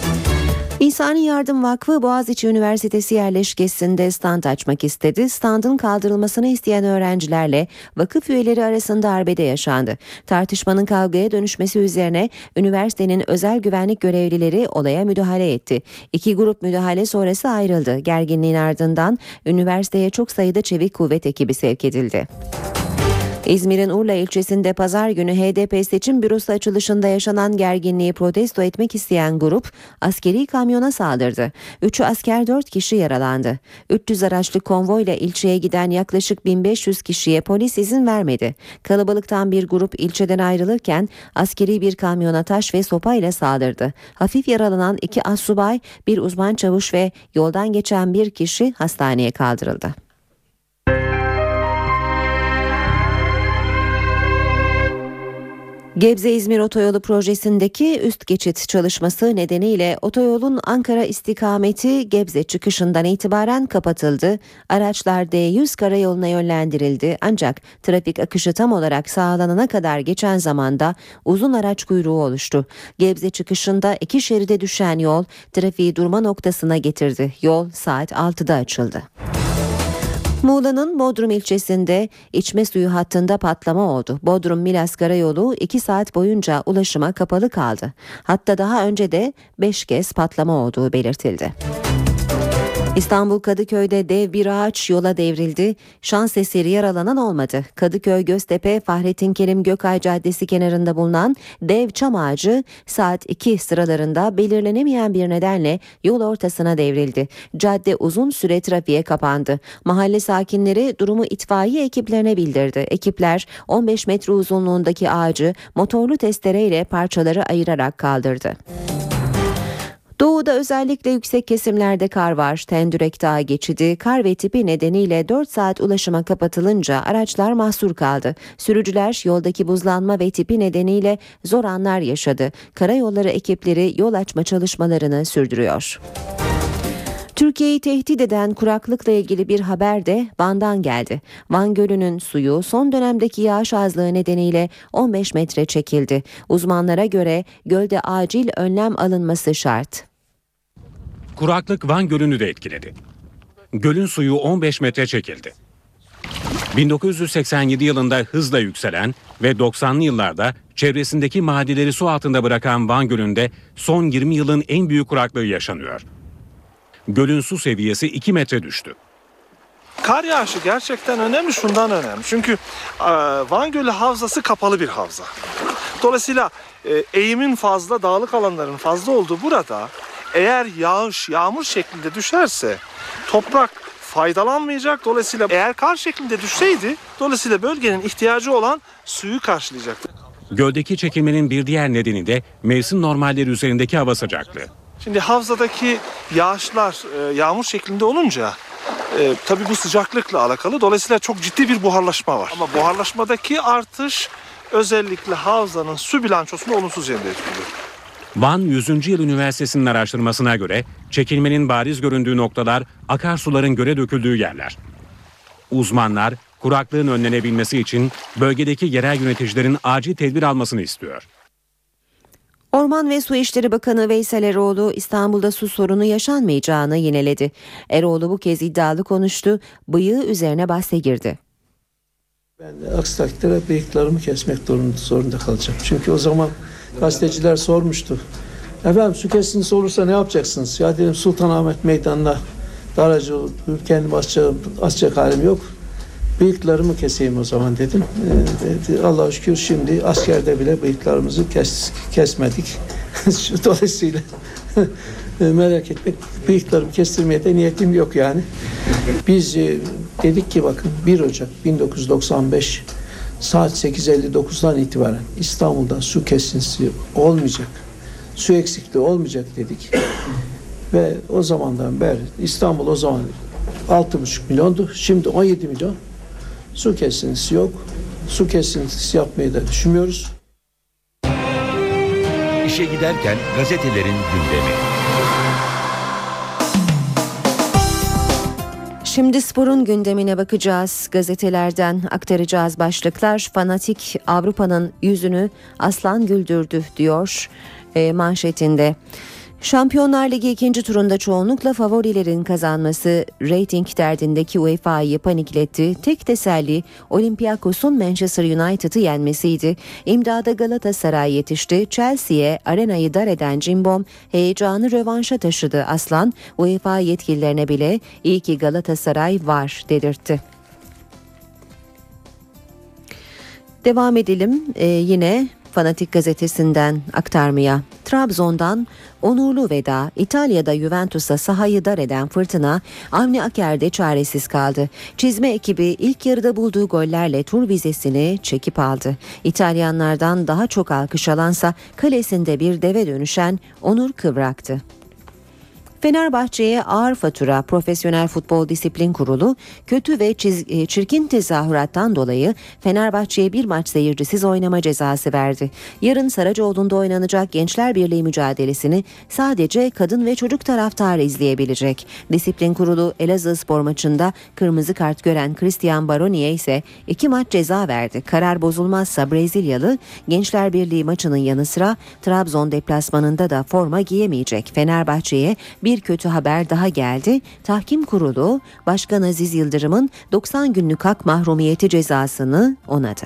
İnsani Yardım Vakfı Boğaziçi Üniversitesi yerleşkesinde stand açmak istedi. Standın kaldırılmasını isteyen öğrencilerle vakıf üyeleri arasında arbede yaşandı. Tartışmanın kavgaya dönüşmesi üzerine üniversitenin özel güvenlik görevlileri olaya müdahale etti. İki grup müdahale sonrası ayrıldı. Gerginliğin ardından üniversiteye çok sayıda çevik kuvvet ekibi sevk edildi. İzmir'in Urla ilçesinde pazar günü H D P seçim bürosu açılışında yaşanan gerginliği protesto etmek isteyen grup askeri kamyona saldırdı. Üçü asker, dört kişi yaralandı. üç yüz araçlı konvoyla ilçeye giden yaklaşık bin beş yüz kişiye polis izin vermedi. Kalabalıktan bir grup ilçeden ayrılırken askeri bir kamyona taş ve sopayla saldırdı. Hafif yaralanan iki astsubay, bir uzman çavuş ve yoldan geçen bir kişi hastaneye kaldırıldı. Gebze-İzmir Otoyolu projesindeki üst geçit çalışması nedeniyle otoyolun Ankara istikameti Gebze çıkışından itibaren kapatıldı. Araçlar D yüz karayoluna yönlendirildi. Ancak trafik akışı tam olarak sağlanana kadar geçen zamanda uzun araç kuyruğu oluştu. Gebze çıkışında iki şeride düşen yol trafiği durma noktasına getirdi. Yol saat altıda açıldı. Muğla'nın Bodrum ilçesinde içme suyu hattında patlama oldu. Bodrum-Milas Karayolu iki saat boyunca ulaşıma kapalı kaldı. Hatta daha önce de beş kez patlama olduğu belirtildi. İstanbul Kadıköy'de dev bir ağaç yola devrildi. Şans eseri yaralanan olmadı. Kadıköy Göztepe Fahrettin Kerim Gökay Caddesi kenarında bulunan dev çam ağacı saat iki sıralarında belirlenemeyen bir nedenle yol ortasına devrildi. Cadde uzun süre trafiğe kapandı. Mahalle sakinleri durumu itfaiye ekiplerine bildirdi. Ekipler on beş metre uzunluğundaki ağacı motorlu testereyle parçaları ayırarak kaldırdı. Doğuda özellikle yüksek kesimlerde kar var. Tendürek Dağı geçidi kar ve tipi nedeniyle dört saat ulaşıma kapatılınca araçlar mahsur kaldı. Sürücüler yoldaki buzlanma ve tipi nedeniyle zor anlar yaşadı. Karayolları ekipleri yol açma çalışmalarını sürdürüyor. Türkiye'yi tehdit eden kuraklıkla ilgili bir haber de Van'dan geldi. Van Gölü'nün suyu son dönemdeki yağış azlığı nedeniyle on beş metre çekildi. Uzmanlara göre gölde acil önlem alınması şart. Kuraklık Van Gölü'nü de etkiledi. Gölün suyu on beş metre çekildi. bin dokuz yüz seksen yedi yılında hızla yükselen ve doksanlı yıllarda çevresindeki mahalleleri su altında bırakan Van Gölü'nde son yirmi yılın en büyük kuraklığı yaşanıyor. Gölün su seviyesi iki metre düştü. Kar yağışı gerçekten önemli, şundan önemli. Çünkü Van Gölü havzası kapalı bir havza. Dolayısıyla eğimin fazla, dağlık alanların fazla olduğu burada eğer yağış, yağmur şeklinde düşerse toprak faydalanmayacak. Dolayısıyla eğer kar şeklinde düşseydi, dolayısıyla bölgenin ihtiyacı olan suyu karşılayacaktı. Göldeki çekilmenin bir diğer nedeni de mevsim normalleri üzerindeki hava sıcaklığı. Şimdi havzadaki yağışlar yağmur şeklinde olunca e, tabii bu sıcaklıkla alakalı. Dolayısıyla çok ciddi bir buharlaşma var. Ama buharlaşmadaki artış özellikle havzanın su bilançosunu olumsuz yönde etkiliyor. Van yüzüncü Yıl Üniversitesi'nin araştırmasına göre çekilmenin bariz göründüğü noktalar akarsuların göle döküldüğü yerler. Uzmanlar kuraklığın önlenebilmesi için bölgedeki yerel yöneticilerin acil tedbir almasını istiyor. Orman ve Su İşleri Bakanı Veysel Eroğlu İstanbul'da su sorunu yaşanmayacağını yineledi. Eroğlu bu kez iddialı konuştu, bıyığı üzerine bahse girdi. Ben de aksi takdirde bıyıklarımı kesmek zorunda kalacağım. Çünkü o zaman gazeteciler sormuştu. Efendim su kesintisi olursa ne yapacaksınız? Ya dedim Sultanahmet Meydanı'na daracı kendimi asacak, asacak halim yok. Bıyıklarımı keseyim o zaman dedim. Ee, Allah'a şükür şimdi askerde bile bıyıklarımızı kes, kesmedik. Dolayısıyla merak etmek, bıyıklarımı kestirmeye de niyetim yok yani. Biz e, dedik ki bakın bir Ocak bin dokuz yüz doksan beş saat sekiz elli dokuzdan itibaren İstanbul'da su kesintisi olmayacak. Su eksikliği olmayacak dedik. Ve o zamandan beri İstanbul o zaman altı buçuk milyondu. Şimdi on yedi milyon. Su kesintisi yok. Su kesintisi yapmayı da düşünmüyoruz. İşe giderken gazetelerin gündemi. Şimdi sporun gündemine bakacağız. Gazetelerden aktaracağız başlıklar. Fanatik Avrupa'nın yüzünü aslan güldürdü diyor e, manşetinde. Şampiyonlar Ligi ikinci turunda çoğunlukla favorilerin kazanması reyting derdindeki U E F A'yı panikletti. Tek teselli Olympiakos'un Manchester United'ı yenmesiydi. İmdada Galatasaray yetişti. Chelsea'ye arenayı dar eden Cimbom heyecanı rövanşa taşıdı. Aslan U E F A yetkililerine bile iyi ki Galatasaray var dedirtti. Devam edelim ee, yine Fanatik gazetesinden aktarmaya. Trabzon'dan onurlu veda. İtalya'da Juventus'a sahayı dar eden fırtına Avni Aker'de çaresiz kaldı. Çizme ekibi ilk yarıda bulduğu gollerle tur vizesini çekip aldı. İtalyanlardan daha çok alkış alansa kalesinde bir deve dönüşen Onur Kıvrak'tı. Fenerbahçe'ye ağır fatura. Profesyonel Futbol Disiplin Kurulu kötü ve çiz- çirkin tezahürattan dolayı Fenerbahçe'ye bir maç seyircisiz oynama cezası verdi. Yarın Saracoğlu'nda oynanacak Gençler Birliği mücadelesini sadece kadın ve çocuk taraftarı izleyebilecek. Disiplin Kurulu Elazığspor maçında kırmızı kart gören Christian Baroni'ye ise iki maç ceza verdi. Karar bozulmazsa Brezilyalı Gençler Birliği maçının yanı sıra Trabzon deplasmanında da forma giyemeyecek. Fenerbahçe'ye bir Bir kötü haber daha geldi. Tahkim Kurulu Başkan Aziz Yıldırım'ın doksan günlük hak mahrumiyeti cezasını onadı.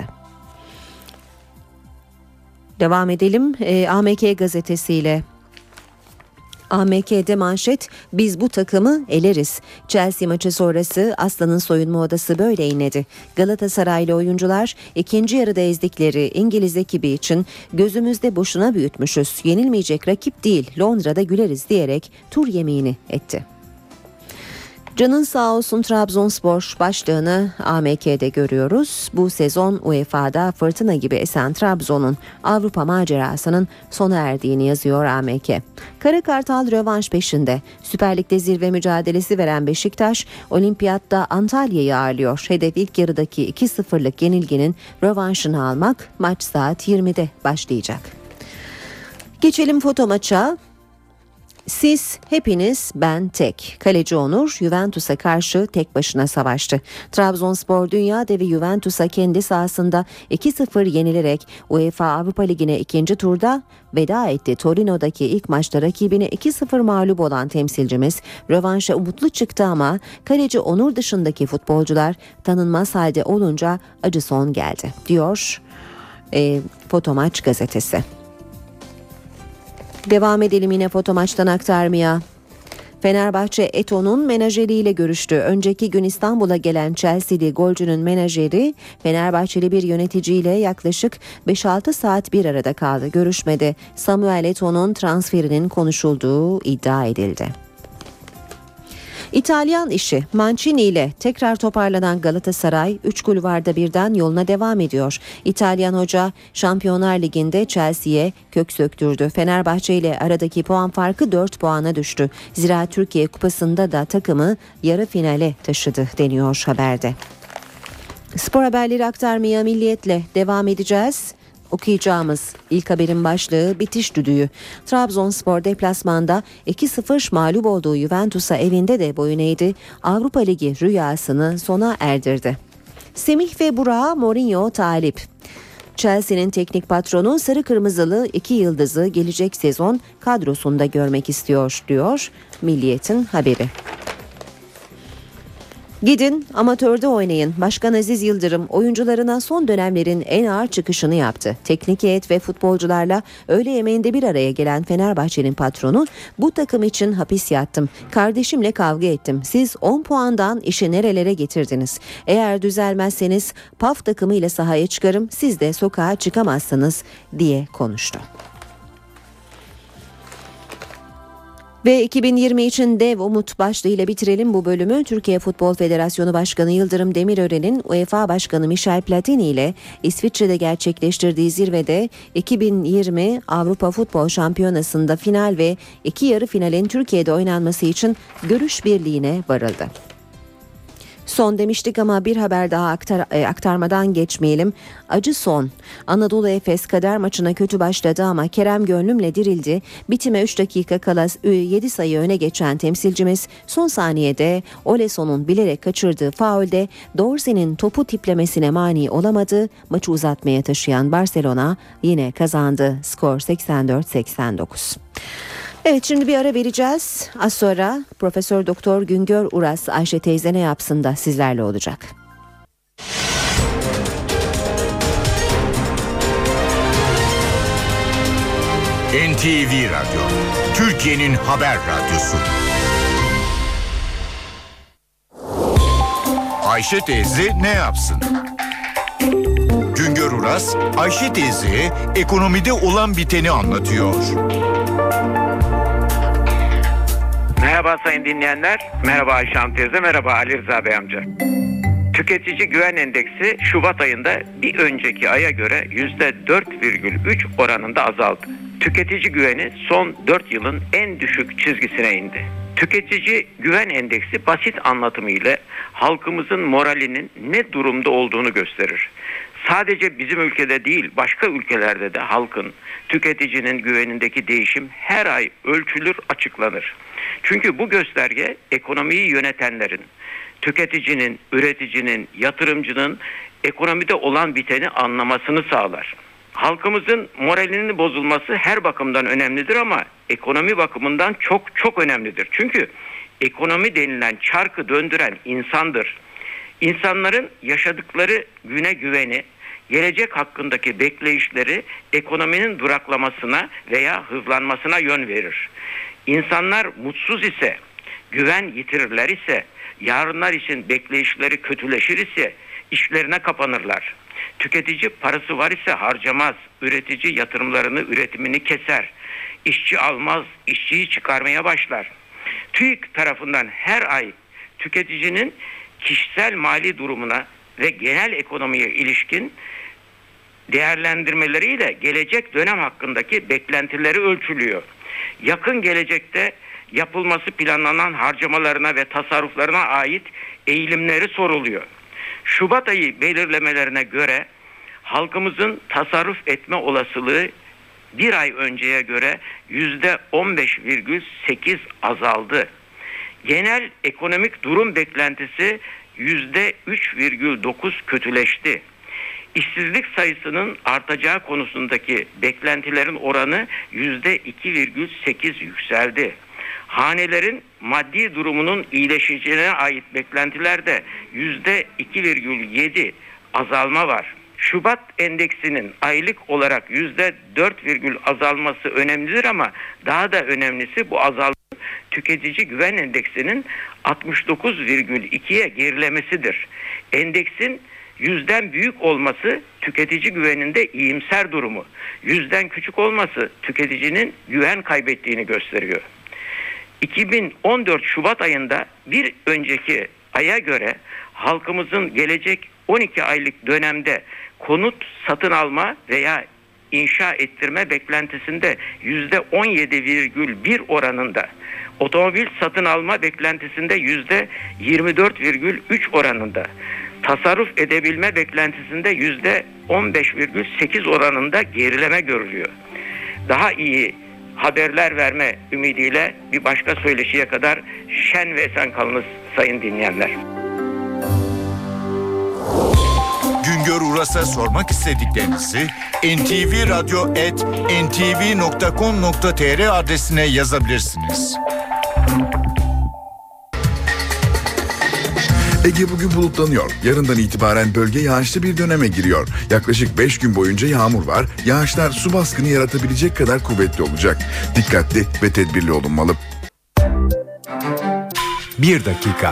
Devam edelim e, A M K gazetesiyle. A M K'de manşet, biz bu takımı eleriz. Chelsea maçı sonrası Aslan'ın soyunma odası böyle inledi. Galatasaraylı oyuncular ikinci yarıda ezdikleri İngiliz ekibi için gözümüzde boşuna büyütmüşüz, yenilmeyecek rakip değil, Londra'da güleriz diyerek tur yemini etti. Canın sağ olsun Trabzonspor başlığını A M K'de görüyoruz. Bu sezon U E F A'da fırtına gibi esen Trabzon'un Avrupa macerasının sona erdiğini yazıyor A M K. Kara Kartal rövanş peşinde. Süper Lig'de zirve mücadelesi veren Beşiktaş, Olimpiyat'ta Antalya'yı ağırlıyor. Hedef ilk yarıdaki iki sıfırlık yenilginin rövanşını almak. Maç saat yirmide başlayacak. Geçelim foto maça. Siz hepiniz ben tek. Kaleci Onur Juventus'a karşı tek başına savaştı. Trabzonspor dünya devi Juventus'a kendi sahasında iki sıfır yenilerek UEFA Avrupa Ligi'ne ikinci turda veda etti. Torino'daki ilk maçta rakibine iki sıfır mağlup olan temsilcimiz rövanşa umutlu çıktı ama kaleci Onur dışındaki futbolcular tanınmaz halde olunca acı son geldi, diyor e, Fotomaç gazetesi. Devam edelim yine foto maçtan aktarmaya. Fenerbahçe Eto'nun menajeriyle görüştü. Önceki gün İstanbul'a gelen Chelsea'li golcünün menajeri Fenerbahçeli bir yöneticiyle yaklaşık beş altı saat bir arada kaldı. Görüşmede Samuel Eto'nun transferinin konuşulduğu iddia edildi. İtalyan işi Mancini ile tekrar toparlanan Galatasaray üç kulvarda birden yoluna devam ediyor. İtalyan hoca Şampiyonlar Ligi'nde Chelsea'ye kök söktürdü. Fenerbahçe ile aradaki puan farkı dört puana düştü. Zira Türkiye Kupası'nda da takımı yarı finale taşıdı deniyor haberde. Spor haberleri aktarmaya Milliyet'le devam edeceğiz. Okuyacağımız ilk haberin başlığı bitiş düdüğü. Trabzonspor deplasmanda iki sıfır mağlup olduğu Juventus'a evinde de boyun eğdi. Avrupa Ligi rüyasını sona erdirdi. Semih ve Burak'a Mourinho talip. Chelsea'nin teknik patronu sarı kırmızılı iki yıldızı gelecek sezon kadrosunda görmek istiyor, diyor Milliyet'in haberi. Gidin amatörde oynayın. Başkan Aziz Yıldırım oyuncularına son dönemlerin en ağır çıkışını yaptı. Teknik heyet ve futbolcularla öğle yemeğinde bir araya gelen Fenerbahçe'nin patronu, bu takım için hapis yattım. Kardeşimle kavga ettim. Siz on puandan işi nerelere getirdiniz? Eğer düzelmezseniz P A F takımıyla sahaya çıkarım. Siz de sokağa çıkamazsınız diye konuştu. Ve iki bin yirmi için dev umut başlığıyla bitirelim bu bölümü. Türkiye Futbol Federasyonu Başkanı Yıldırım Demirören'in UEFA Başkanı Michel Platini ile İsviçre'de gerçekleştirdiği zirvede iki bin yirmi Avrupa Futbol Şampiyonası'nda final ve iki yarı finalin Türkiye'de oynanması için görüş birliğine varıldı. Son demiştik ama bir haber daha aktar, e, aktarmadan geçmeyelim. Acı son. Anadolu Efes kader maçına kötü başladı ama Kerem Gönlüm'le dirildi. Bitime üç dakika kala yedi sayı öne geçen temsilcimiz son saniyede Oleson'un bilerek kaçırdığı faulde Dorsi'nin topu tiplemesine mani olamadı. Maçı uzatmaya taşıyan Barcelona yine kazandı. Skor seksen dört seksen dokuz. Evet, şimdi bir ara vereceğiz. Az sonra Profesör Doktor Güngör Uras Ayşe teyze ne yapsın da sizlerle olacak. N T V Radyo, Türkiye'nin haber radyosu. Ayşe teyze ne yapsın? Güngör Uras Uras, Ayşe teyze ekonomide olan biteni anlatıyor. Merhaba sayın dinleyenler, merhaba Ayşe Hanım teyze, merhaba Ali Rıza Bey amca. Tüketici Güven Endeksi Şubat ayında bir önceki aya göre yüzde dört virgül üç oranında azaldı. Tüketici güveni son dört yılın en düşük çizgisine indi. Tüketici Güven Endeksi basit anlatımıyla halkımızın moralinin ne durumda olduğunu gösterir. Sadece bizim ülkede değil, başka ülkelerde de halkın, tüketicinin güvenindeki değişim her ay ölçülür, açıklanır. Çünkü bu gösterge ekonomiyi yönetenlerin, tüketicinin, üreticinin, yatırımcının ekonomide olan biteni anlamasını sağlar. Halkımızın moralinin bozulması her bakımdan önemlidir ama ekonomi bakımından çok çok önemlidir. Çünkü ekonomi denilen çarkı döndüren insandır. İnsanların yaşadıkları güne güveni, gelecek hakkındaki bekleyişleri ekonominin duraklamasına veya hızlanmasına yön verir. İnsanlar mutsuz ise, güven yitirirler ise, yarınlar için bekleyişleri kötüleşir ise işlerine kapanırlar. Tüketici parası var ise harcamaz, üretici yatırımlarını, üretimini keser. İşçi almaz, işçiyi çıkarmaya başlar. TÜİK tarafından her ay tüketicinin kişisel mali durumuna ve genel ekonomiye ilişkin değerlendirmeleriyle gelecek dönem hakkındaki beklentileri ölçülüyor. Yakın gelecekte yapılması planlanan harcamalarına ve tasarruflarına ait eğilimleri soruluyor. Şubat ayı belirlemelerine göre halkımızın tasarruf etme olasılığı bir ay önceye göre yüzde on beş virgül sekiz azaldı. Genel ekonomik durum beklentisi yüzde üç virgül dokuz kötüleşti. İşsizlik sayısının artacağı konusundaki beklentilerin oranı yüzde iki virgül sekiz yükseldi. Hanelerin maddi durumunun iyileşeceğine ait beklentilerde yüzde iki virgül yedi azalma var. Şubat endeksinin aylık olarak yüzde dört virgül azalması önemlidir ama daha da önemlisi bu azalma tüketici güven endeksinin altmış dokuz virgül ikiye gerilemesidir. Endeksin yüzden büyük olması tüketici güveninde iyimser durumu, yüzden küçük olması tüketicinin güven kaybettiğini gösteriyor. iki bin on dört Şubat ayında bir önceki aya göre halkımızın gelecek on iki aylık dönemde konut satın alma veya inşa ettirme beklentisinde yüzde on yedi virgül bir oranında, otomobil satın alma beklentisinde yüzde yirmi dört virgül üç oranında, tasarruf edebilme beklentisinde yüzde on beş virgül sekiz oranında gerileme görülüyor. Daha iyi haberler verme ümidiyle bir başka söyleşiye kadar şen ve esen kalınız sayın dinleyenler. Güngör Uras'a sormak istediklerinizi en ti vi radyo at en ti vi nokta com nokta tr adresine yazabilirsiniz. Ege bugün bulutlanıyor. Yarından itibaren bölge yağışlı bir döneme giriyor. Yaklaşık beş gün boyunca yağmur var. Yağışlar su baskını yaratabilecek kadar kuvvetli olacak. Dikkatli ve tedbirli olunmalı. Bir dakika.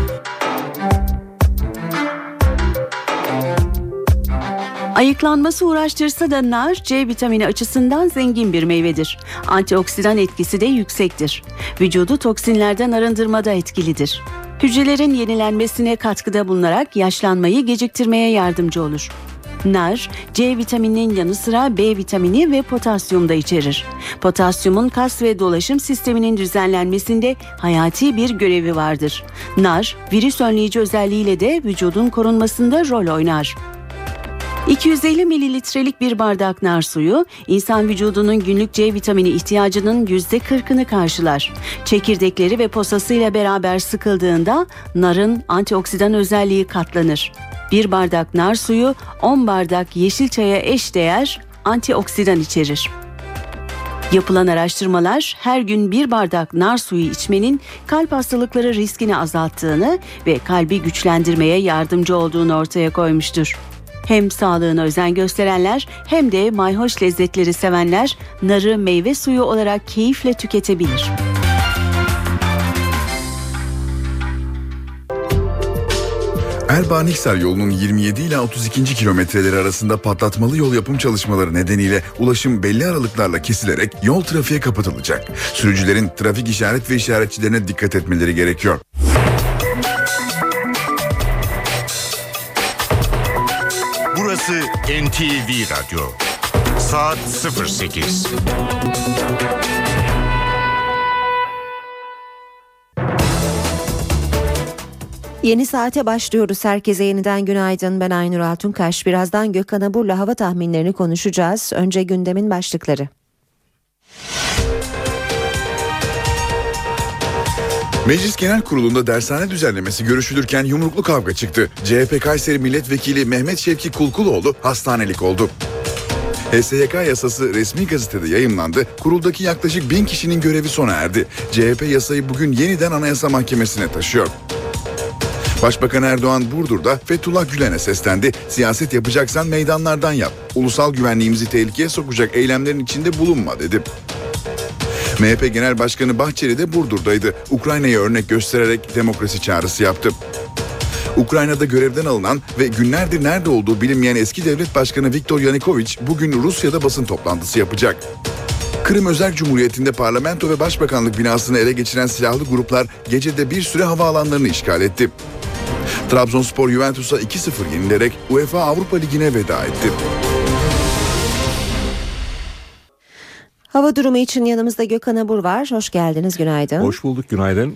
Ayıklanması uğraştırsa da nar C vitamini açısından zengin bir meyvedir. Antioksidan etkisi de yüksektir. Vücudu toksinlerden arındırmada etkilidir. Hücrelerin yenilenmesine katkıda bulunarak yaşlanmayı geciktirmeye yardımcı olur. Nar, C vitamininin yanı sıra B vitamini ve potasyum da içerir. Potasyumun kas ve dolaşım sisteminin düzenlenmesinde hayati bir görevi vardır. Nar, virüs önleyici özelliğiyle de vücudun korunmasında rol oynar. iki yüz elli mililitrelik bir bardak nar suyu, insan vücudunun günlük C vitamini ihtiyacının yüzde kırkını karşılar. Çekirdekleri ve posasıyla beraber sıkıldığında narın antioksidan özelliği katlanır. Bir bardak nar suyu on bardak yeşil çaya eşdeğer antioksidan içerir. Yapılan araştırmalar her gün bir bardak nar suyu içmenin kalp hastalıkları riskini azalttığını ve kalbi güçlendirmeye yardımcı olduğunu ortaya koymuştur. Hem sağlığına özen gösterenler hem de mayhoş lezzetleri sevenler narı meyve suyu olarak keyifle tüketebilir. Erbaa-Niksar yolunun yirmi yedi ila otuz ikinci kilometreleri arasında patlatmalı yol yapım çalışmaları nedeniyle ulaşım belli aralıklarla kesilerek yol trafiğe kapatılacak. Sürücülerin trafik işaret ve işaretçilerine dikkat etmeleri gerekiyor. Burası N T V Radyo. Saat sıfır sekiz. Yeni saate başlıyoruz. Herkese yeniden günaydın. Ben Aynur Altunkaş. Birazdan Gökhan Abur'la hava tahminlerini konuşacağız. Önce gündemin başlıkları. Meclis Genel Kurulu'nda dershane düzenlemesi görüşülürken yumruklu kavga çıktı. C H P Kayseri Milletvekili Mehmet Şevki Kulkuloğlu hastanelik oldu. H S Y K yasası resmi gazetede yayımlandı. Kuruldaki yaklaşık bin kişinin görevi sona erdi. C H P yasayı bugün yeniden Anayasa Mahkemesi'ne taşıyor. Başbakan Erdoğan Burdur'da Fethullah Gülen'e seslendi. Siyaset yapacaksan meydanlardan yap. Ulusal güvenliğimizi tehlikeye sokacak eylemlerin içinde bulunma dedi. M H P Genel Başkanı Bahçeli de Burdur'daydı. Ukrayna'ya örnek göstererek demokrasi çağrısı yaptı. Ukrayna'da görevden alınan ve günlerdir nerede olduğu bilinmeyen eski devlet başkanı Viktor Yanukovych bugün Rusya'da basın toplantısı yapacak. Kırım Özerk Cumhuriyeti'nde parlamento ve başbakanlık binasını ele geçiren silahlı gruplar gecede bir süre havaalanlarını işgal etti. Trabzonspor Juventus'a iki sıfır yenilerek UEFA Avrupa Ligi'ne veda etti. Hava durumu için yanımızda Gökhan Abur var. Hoş geldiniz, günaydın. Hoş bulduk, günaydın.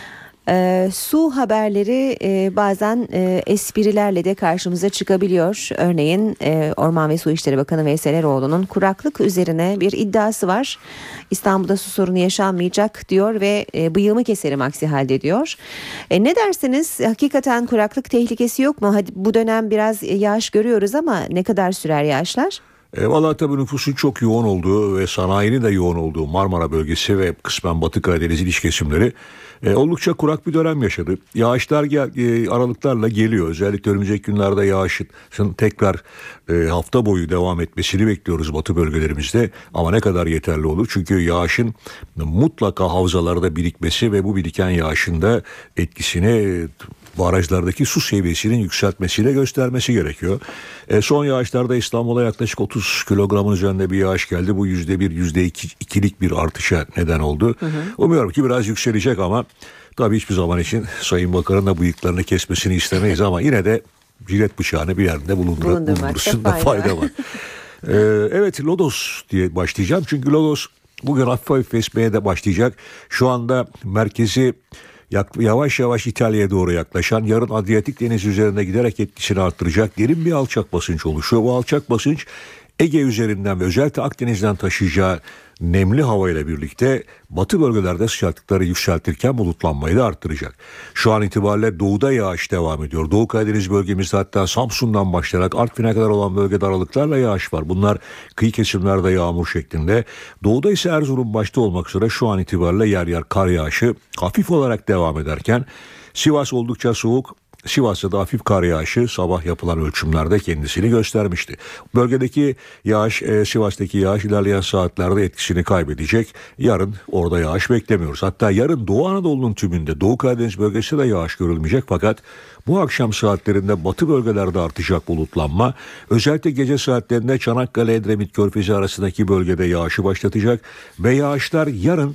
Ee, su haberleri e, bazen e, esprilerle de karşımıza çıkabiliyor. Örneğin e, Orman ve Su İşleri Bakanı Veysel Eroğlu'nun kuraklık üzerine bir iddiası var. İstanbul'da su sorunu yaşanmayacak diyor ve e, bıyığımı keserim aksi halde diyor. E, ne dersiniz? Hakikaten kuraklık tehlikesi yok mu? Hadi bu dönem biraz yağış görüyoruz ama ne kadar sürer yağışlar? E, Valla tabii nüfusun çok yoğun olduğu ve sanayinin de yoğun olduğu Marmara bölgesi ve kısmen Batı Karadeniz'in iç kesimleri e, oldukça kurak bir dönem yaşadı. Yağışlar gel, e, aralıklarla geliyor. Özellikle önümüzdeki günlerde yağışın tekrar e, hafta boyu devam etmesini bekliyoruz Batı bölgelerimizde. Ama ne kadar yeterli olur? Çünkü yağışın mutlaka havzalarda birikmesi ve bu biriken yağışın da etkisini E, barajlardaki su seviyesinin yükseltmesiyle göstermesi gerekiyor. E, son yağışlarda İstanbul'a yaklaşık otuz kilogramın üzerinde bir yağış geldi. Bu yüzde bir, yüzde iki, ikilik bir artışa neden oldu. Hı hı. Umuyorum ki biraz yükselecek ama tabii hiçbir zaman için Sayın Bakan'ın da bıyıklarını kesmesini istemeyiz ama yine de jilet bıçağını bir yerde bulundur, bulundursun da fayda var. e, evet, Lodos diye başlayacağım. Çünkü Lodos bugün hafif hafif esmeye de başlayacak. Şu anda merkezi yavaş yavaş İtalya'ya doğru yaklaşan, yarın Adriyatik Denizi üzerinde giderek etkisini arttıracak derin bir alçak basınç oluşuyor. Bu alçak basınç Ege üzerinden ve özellikle Akdeniz'den taşıyacağı nemli havayla birlikte batı bölgelerde sıcaklıkları yükseltirken bulutlanmayı da arttıracak. Şu an itibariyle doğuda yağış devam ediyor. Doğu Karadeniz bölgemizde hatta Samsun'dan başlayarak Artvin'e kadar olan bölgede aralıklarla yağış var. Bunlar kıyı kesimlerde yağmur şeklinde. Doğuda ise Erzurum başta olmak üzere şu an itibariyle yer yer kar yağışı hafif olarak devam ederken Sivas oldukça soğuk. Sivas'ta da hafif kar yağışı sabah yapılan ölçümlerde kendisini göstermişti. Bölgedeki yağış, e, Sivas'taki yağış ilerleyen saatlerde etkisini kaybedecek. Yarın orada yağış beklemiyoruz. Hatta yarın Doğu Anadolu'nun tümünde, Doğu Karadeniz bölgesinde de yağış görülmeyecek. Fakat bu akşam saatlerinde batı bölgelerde artacak bulutlanma, özellikle gece saatlerinde Çanakkale, Edremit, Körfezi arasındaki bölgede yağışı başlatacak. Ve yağışlar yarın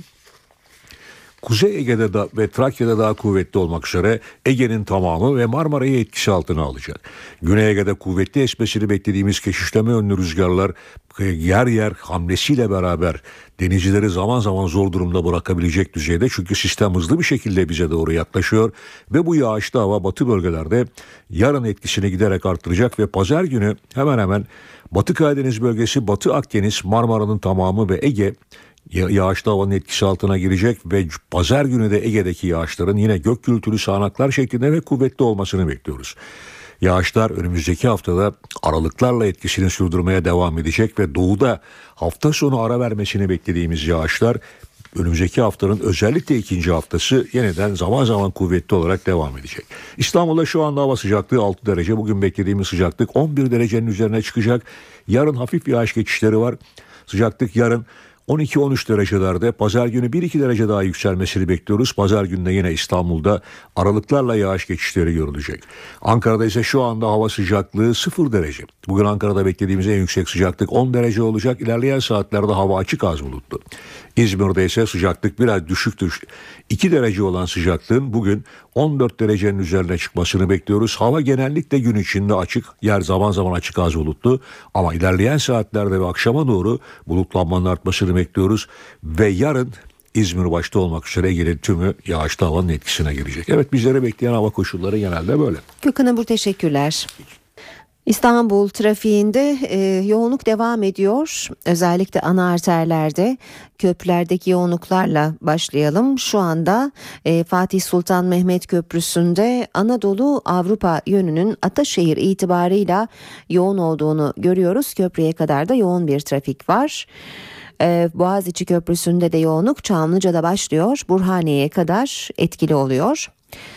Kuzey Ege'de da ve Trakya'da daha kuvvetli olmak üzere Ege'nin tamamı ve Marmara'yı etkisi altına alacak. Güney Ege'de kuvvetli esmesini beklediğimiz keşişleme yönlü rüzgarlar yer yer hamlesiyle beraber denizcileri zaman zaman zor durumda bırakabilecek düzeyde. Çünkü sistem hızlı bir şekilde bize doğru yaklaşıyor ve bu yağışlı hava batı bölgelerde yarın etkisini giderek arttıracak ve pazar günü hemen hemen Batı Karadeniz bölgesi, Batı Akdeniz, Marmara'nın tamamı ve Ege yağışlı havanın etkisi altına girecek ve pazar günü de Ege'deki yağışların yine gök gürültülü sağanaklar şeklinde ve kuvvetli olmasını bekliyoruz. Yağışlar önümüzdeki haftada aralıklarla etkisini sürdürmeye devam edecek ve doğuda hafta sonu ara vermesini beklediğimiz yağışlar önümüzdeki haftanın özellikle ikinci haftası yeniden zaman zaman kuvvetli olarak devam edecek. İstanbul'da şu anda hava sıcaklığı altı derece. Bugün beklediğimiz sıcaklık on bir derecenin üzerine çıkacak. Yarın hafif yağış geçişleri var. Sıcaklık yarın on iki on üç derecelerde, pazar günü bir iki derece daha yükselmesini bekliyoruz. Pazar günü yine İstanbul'da aralıklarla yağış geçişleri görülecek. Ankara'da ise şu anda hava sıcaklığı sıfır derece. Bugün Ankara'da beklediğimiz en yüksek sıcaklık on derece olacak. İlerleyen saatlerde hava açık az bulutlu. İzmir'de ise sıcaklık biraz düşüktür. iki derece olan sıcaklığın bugün on dört derecenin üzerine çıkmasını bekliyoruz. Hava genellikle gün içinde açık, yer zaman zaman açık az bulutlu, ama ilerleyen saatlerde ve akşama doğru bulutlanmanın artmasını bekliyoruz ve yarın İzmir başta olmak üzere Ege'nin tümü yağışlı havanın etkisine girecek. Evet, bizlere bekleyen hava koşulları genelde böyle. Gökhan Abur, teşekkürler. İstanbul trafiğinde e, yoğunluk devam ediyor. Özellikle ana arterlerde, köprülerdeki yoğunluklarla başlayalım. Şu anda e, Fatih Sultan Mehmet Köprüsü'nde Anadolu Avrupa yönünün Ataşehir itibarıyla yoğun olduğunu görüyoruz. Köprüye kadar da yoğun bir trafik var. Ee, Boğaziçi Köprüsü'nde de yoğunluk Çamlıca'da başlıyor, Burhaniye'ye kadar etkili oluyor.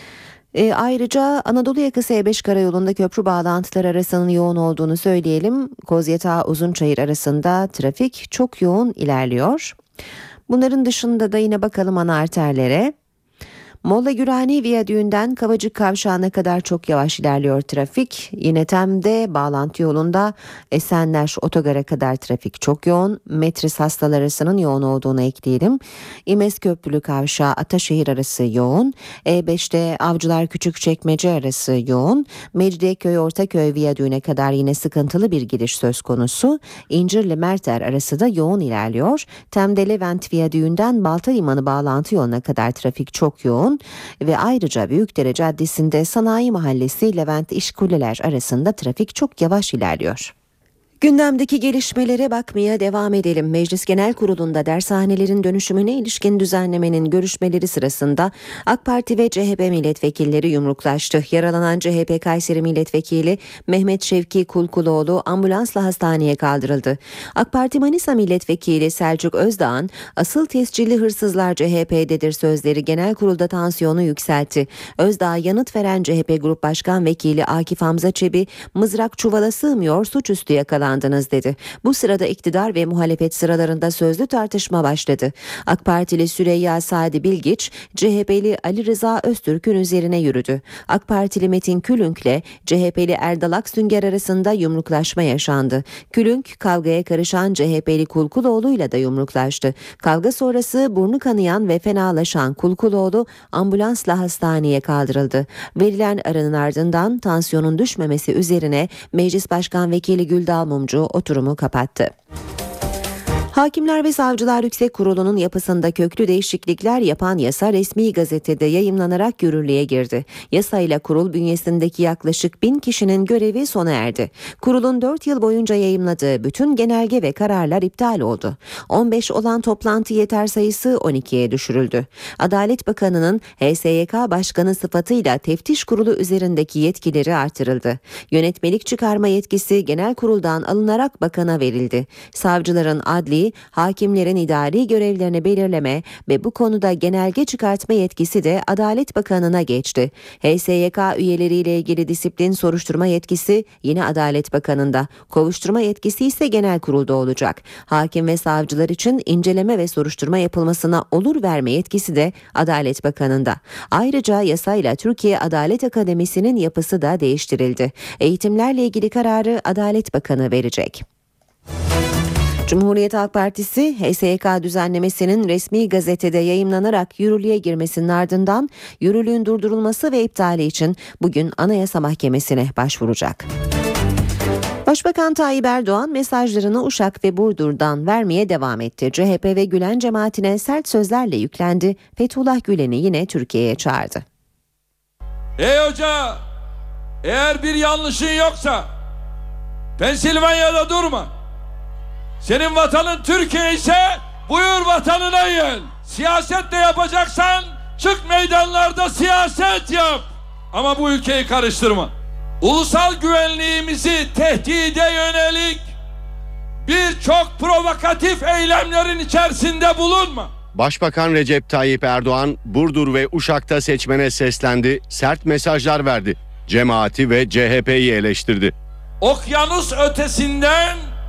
E, ayrıca Anadolu yakası E beş karayolunda köprü bağlantıları arasının yoğun olduğunu söyleyelim. Kozyatağı Uzunçayır arasında trafik çok yoğun ilerliyor. Bunların dışında da yine bakalım ana arterlere. Molla Gürani Viyadüğü'nden Kavacık Kavşağı'na kadar çok yavaş ilerliyor trafik. Yine Tem'de bağlantı yolunda Esenler Otogar'a kadar trafik çok yoğun. Metris hastalar arasının yoğun olduğunu ekleyelim. İmez Köprülü Kavşağı Ataşehir arası yoğun. E beşte Avcılar Küçükçekmece arası yoğun. Mecidiyeköy Ortaköy Viyadüğü'ne kadar yine sıkıntılı bir giriş söz konusu. İncirli Merter arası da yoğun ilerliyor. Tem'de Levent Viyadüğü'nden Baltalimanı bağlantı yoluna kadar trafik çok yoğun. Ve ayrıca Büyükdere Caddesi'nde Sanayi Mahallesi Levent İşkuleler arasında trafik çok yavaş ilerliyor. Gündemdeki gelişmelere bakmaya devam edelim. Meclis Genel Kurulu'nda dershanelerin dönüşümüne ilişkin düzenlemenin görüşmeleri sırasında AK Parti ve C H P milletvekilleri yumruklaştı. Yaralanan C H P Kayseri Milletvekili Mehmet Şevki Kulkuloğlu ambulansla hastaneye kaldırıldı. AK Parti Manisa Milletvekili Selçuk Özdağ'ın asıl tescilli hırsızlar C H P'dedir sözleri genel kurulda tansiyonu yükseltti. Özdağ yanıt veren C H P Grup Başkan Vekili Akif Hamza Çebi, mızrak çuvala sığmıyor, suçüstü yakalandı dedi. Bu sırada iktidar ve muhalefet sıralarında sözlü tartışma başladı. AK Partili Süreyya Sadi Bilgiç, C H P'li Ali Rıza Öztürk'ün üzerine yürüdü. AK Partili Metin Külünk'le C H P'li Erdal Aksünger arasında yumruklaşma yaşandı. Külünk, kavgaya karışan C H P'li Kulkuloğlu'yla da yumruklaştı. Kavga sonrası burnu kanayan ve fenalaşan Kulkuloğlu ambulansla hastaneye kaldırıldı. Verilen aranın ardından tansiyonun düşmemesi üzerine Meclis Başkan Vekili Güldal Mumcu oturumu kapattı. Hakimler ve Savcılar Yüksek Kurulu'nun yapısında köklü değişiklikler yapan yasa resmi gazetede yayımlanarak yürürlüğe girdi. Yasayla kurul bünyesindeki yaklaşık bin kişinin görevi sona erdi. Kurulun dört yıl boyunca yayımladığı bütün genelge ve kararlar iptal oldu. on beş olan toplantı yeter sayısı on ikiye düşürüldü. Adalet Bakanı'nın H S Y K Başkanı sıfatıyla teftiş kurulu üzerindeki yetkileri artırıldı. Yönetmelik çıkarma yetkisi genel kuruldan alınarak bakana verildi. Savcıların adli, hakimlerin idari görevlerini belirleme ve bu konuda genelge çıkartma yetkisi de Adalet Bakanı'na geçti. H S Y K üyeleriyle ilgili disiplin soruşturma yetkisi yine Adalet Bakanı'nda. Kovuşturma yetkisi ise genel kurulda olacak. Hakim ve savcılar için inceleme ve soruşturma yapılmasına olur verme yetkisi de Adalet Bakanı'nda. Ayrıca yasayla Türkiye Adalet Akademisi'nin yapısı da değiştirildi. Eğitimlerle ilgili kararı Adalet Bakanı verecek. Cumhuriyet Halk Partisi, H S Y K düzenlemesinin resmi gazetede yayımlanarak yürürlüğe girmesinin ardından yürürlüğün durdurulması ve iptali için bugün Anayasa Mahkemesi'ne başvuracak. Başbakan Tayyip Erdoğan mesajlarını Uşak ve Burdur'dan vermeye devam etti. C H P ve Gülen cemaatine sert sözlerle yüklendi. Fethullah Gülen'i yine Türkiye'ye çağırdı. Ey hoca, eğer bir yanlışın yoksa Pensilvanya'da durma. Senin vatanın Türkiye ise buyur vatanına gel. Siyaset de yapacaksan çık meydanlarda siyaset yap. Ama bu ülkeyi karıştırma. Ulusal güvenliğimizi tehdide yönelik birçok provokatif eylemlerin içerisinde bulunma. Başbakan Recep Tayyip Erdoğan, Burdur ve Uşak'ta seçmene seslendi, sert mesajlar verdi. Cemaati ve C H P'yi eleştirdi. Okyanus ötesinden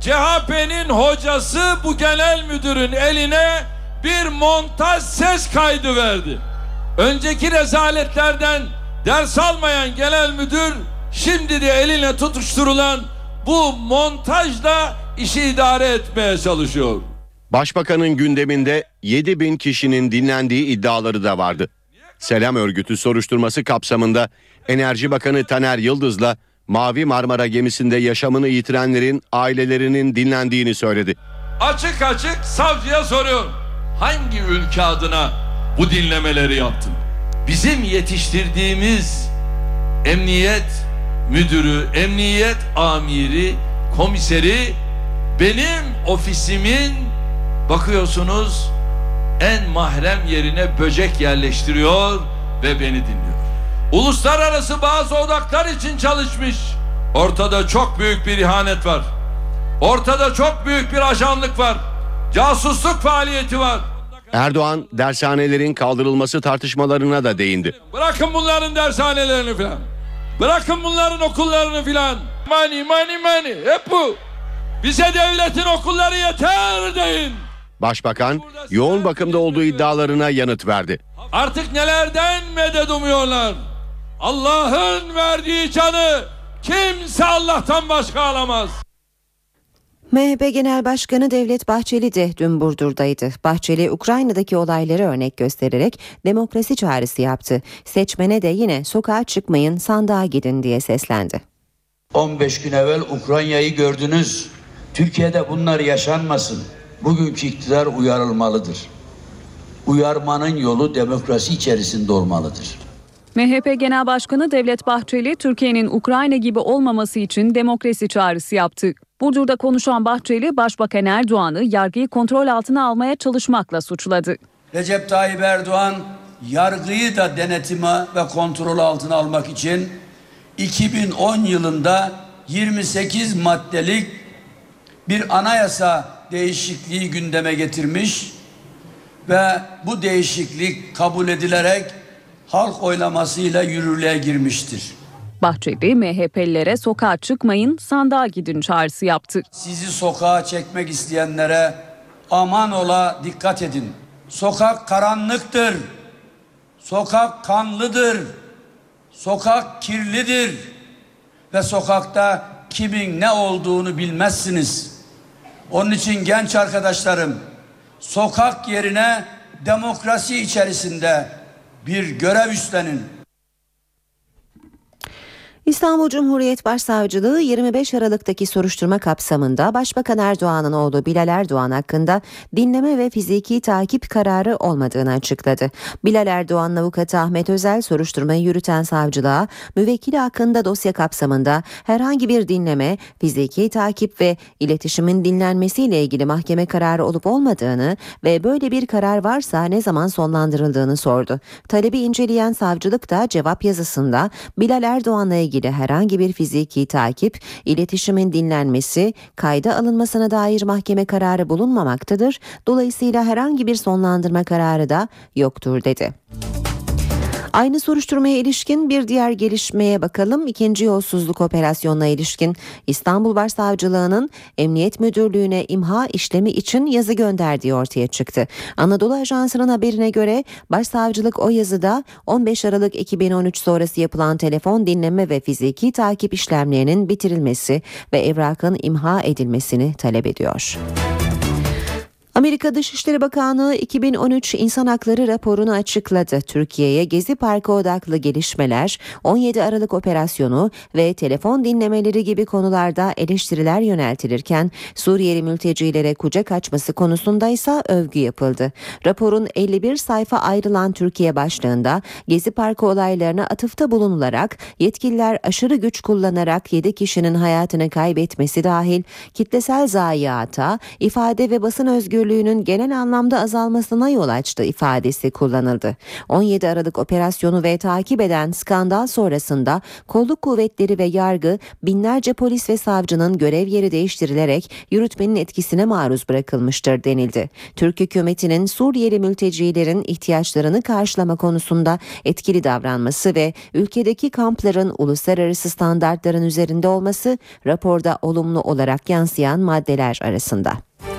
C H P'nin hocası bu genel müdürün eline bir montaj ses kaydı verdi. Önceki rezaletlerden ders almayan genel müdür şimdi de eline tutuşturulan bu montajla işi idare etmeye çalışıyor. Başbakanın gündeminde yedi bin kişinin dinlendiği iddiaları da vardı. Selam Örgütü soruşturması kapsamında Enerji Bakanı Taner Yıldız'la Mavi Marmara gemisinde yaşamını yitirenlerin ailelerinin dinlendiğini söyledi. Açık açık savcıya soruyorum. Hangi ülke adına bu dinlemeleri yaptın? Bizim yetiştirdiğimiz emniyet müdürü, emniyet amiri, komiseri benim ofisimin bakıyorsunuz en mahrem yerine böcek yerleştiriyor ve beni dinliyor. Uluslararası bazı odaklar için çalışmış. Ortada çok büyük bir ihanet var. Ortada çok büyük bir ajanlık var. Casusluk faaliyeti var. Erdoğan dershanelerin kaldırılması tartışmalarına da değindi. Bırakın bunların dershanelerini filan. Bırakın bunların okullarını filan. Money money money hep bu. Bize devletin okulları yeter deyin. Başbakan yoğun bakımda olduğu iddialarına yanıt verdi. Artık nelerden medet umuyorlar? Allah'ın verdiği canı kimse Allah'tan başka alamaz. M H P Genel Başkanı Devlet Bahçeli de dün Burdur'daydı. Bahçeli Ukrayna'daki olayları örnek göstererek demokrasi çağrısı yaptı. Seçmene de yine sokağa çıkmayın, sandığa gidin diye seslendi. on beş gün evvel Ukrayna'yı gördünüz. Türkiye'de bunlar yaşanmasın. Bugünkü iktidar uyarılmalıdır. Uyarmanın yolu demokrasi içerisinde olmalıdır. M H P Genel Başkanı Devlet Bahçeli, Türkiye'nin Ukrayna gibi olmaması için demokrasi çağrısı yaptı. Burdur'da konuşan Bahçeli, Başbakan Erdoğan'ı yargıyı kontrol altına almaya çalışmakla suçladı. Recep Tayyip Erdoğan, yargıyı da denetime ve kontrol altına almak için iki bin on yılında yirmi sekiz maddelik bir anayasa değişikliği gündeme getirmiş ve bu değişiklik kabul edilerek halk oylamasıyla yürürlüğe girmiştir. Bahçeli, M H P'lilere sokağa çıkmayın, sandığa gidin çağrısı yaptı. Sizi sokağa çekmek isteyenlere aman ola dikkat edin. Sokak karanlıktır. Sokak kanlıdır. Sokak kirlidir. Ve sokakta kimin ne olduğunu bilmezsiniz. Onun için genç arkadaşlarım, sokak yerine demokrasi içerisinde bir görev üstlenin. İstanbul Cumhuriyet Başsavcılığı yirmi beş Aralık'taki soruşturma kapsamında Başbakan Erdoğan'ın oğlu Bilal Erdoğan hakkında dinleme ve fiziki takip kararı olmadığını açıkladı. Bilal Erdoğan'ın avukatı Ahmet Özel soruşturmayı yürüten savcılığa müvekkili hakkında dosya kapsamında herhangi bir dinleme, fiziki takip ve iletişimin dinlenmesiyle ilgili mahkeme kararı olup olmadığını ve böyle bir karar varsa ne zaman sonlandırıldığını sordu. Talebi inceleyen savcılık da cevap yazısında Bilal Erdoğan'la ilgili ilgili herhangi bir fiziki takip, iletişimin dinlenmesi, kayda alınmasına dair mahkeme kararı bulunmamaktadır. Dolayısıyla herhangi bir sonlandırma kararı da yoktur dedi. Aynı soruşturmaya ilişkin bir diğer gelişmeye bakalım. İkinci yolsuzluk operasyonuna ilişkin İstanbul Başsavcılığı'nın Emniyet Müdürlüğü'ne imha işlemi için yazı gönderdiği ortaya çıktı. Anadolu Ajansı'nın haberine göre Başsavcılık o yazıda on beş Aralık iki bin on üç sonrası yapılan telefon dinleme ve fiziki takip işlemlerinin bitirilmesi ve evrakın imha edilmesini talep ediyor. Amerika Dışişleri Bakanlığı iki bin on üç İnsan Hakları raporunu açıkladı. Türkiye'ye Gezi Parkı odaklı gelişmeler, on yedi Aralık operasyonu ve telefon dinlemeleri gibi konularda eleştiriler yöneltilirken Suriyeli mültecilere kucak açması konusunda ise övgü yapıldı. Raporun elli bir sayfa ayrılan Türkiye başlığında Gezi Parkı olaylarına atıfta bulunularak yetkililer aşırı güç kullanarak yedi kişinin hayatını kaybetmesi dahil kitlesel zayiata, ifade ve basın özgürlüğü özgürlüğünün genel anlamda azalmasına yol açtı ifadesi kullanıldı. on yedi Aralık operasyonu ve takip eden skandal sonrasında kolluk kuvvetleri ve yargı binlerce polis ve savcının görev yeri değiştirilerek yürütmenin etkisine maruz bırakılmıştır denildi. Türk hükümetinin Suriyeli mültecilerin ihtiyaçlarını karşılama konusunda etkili davranması ve ülkedeki kampların uluslararası standartların üzerinde olması raporda olumlu olarak yansıyan maddeler arasında.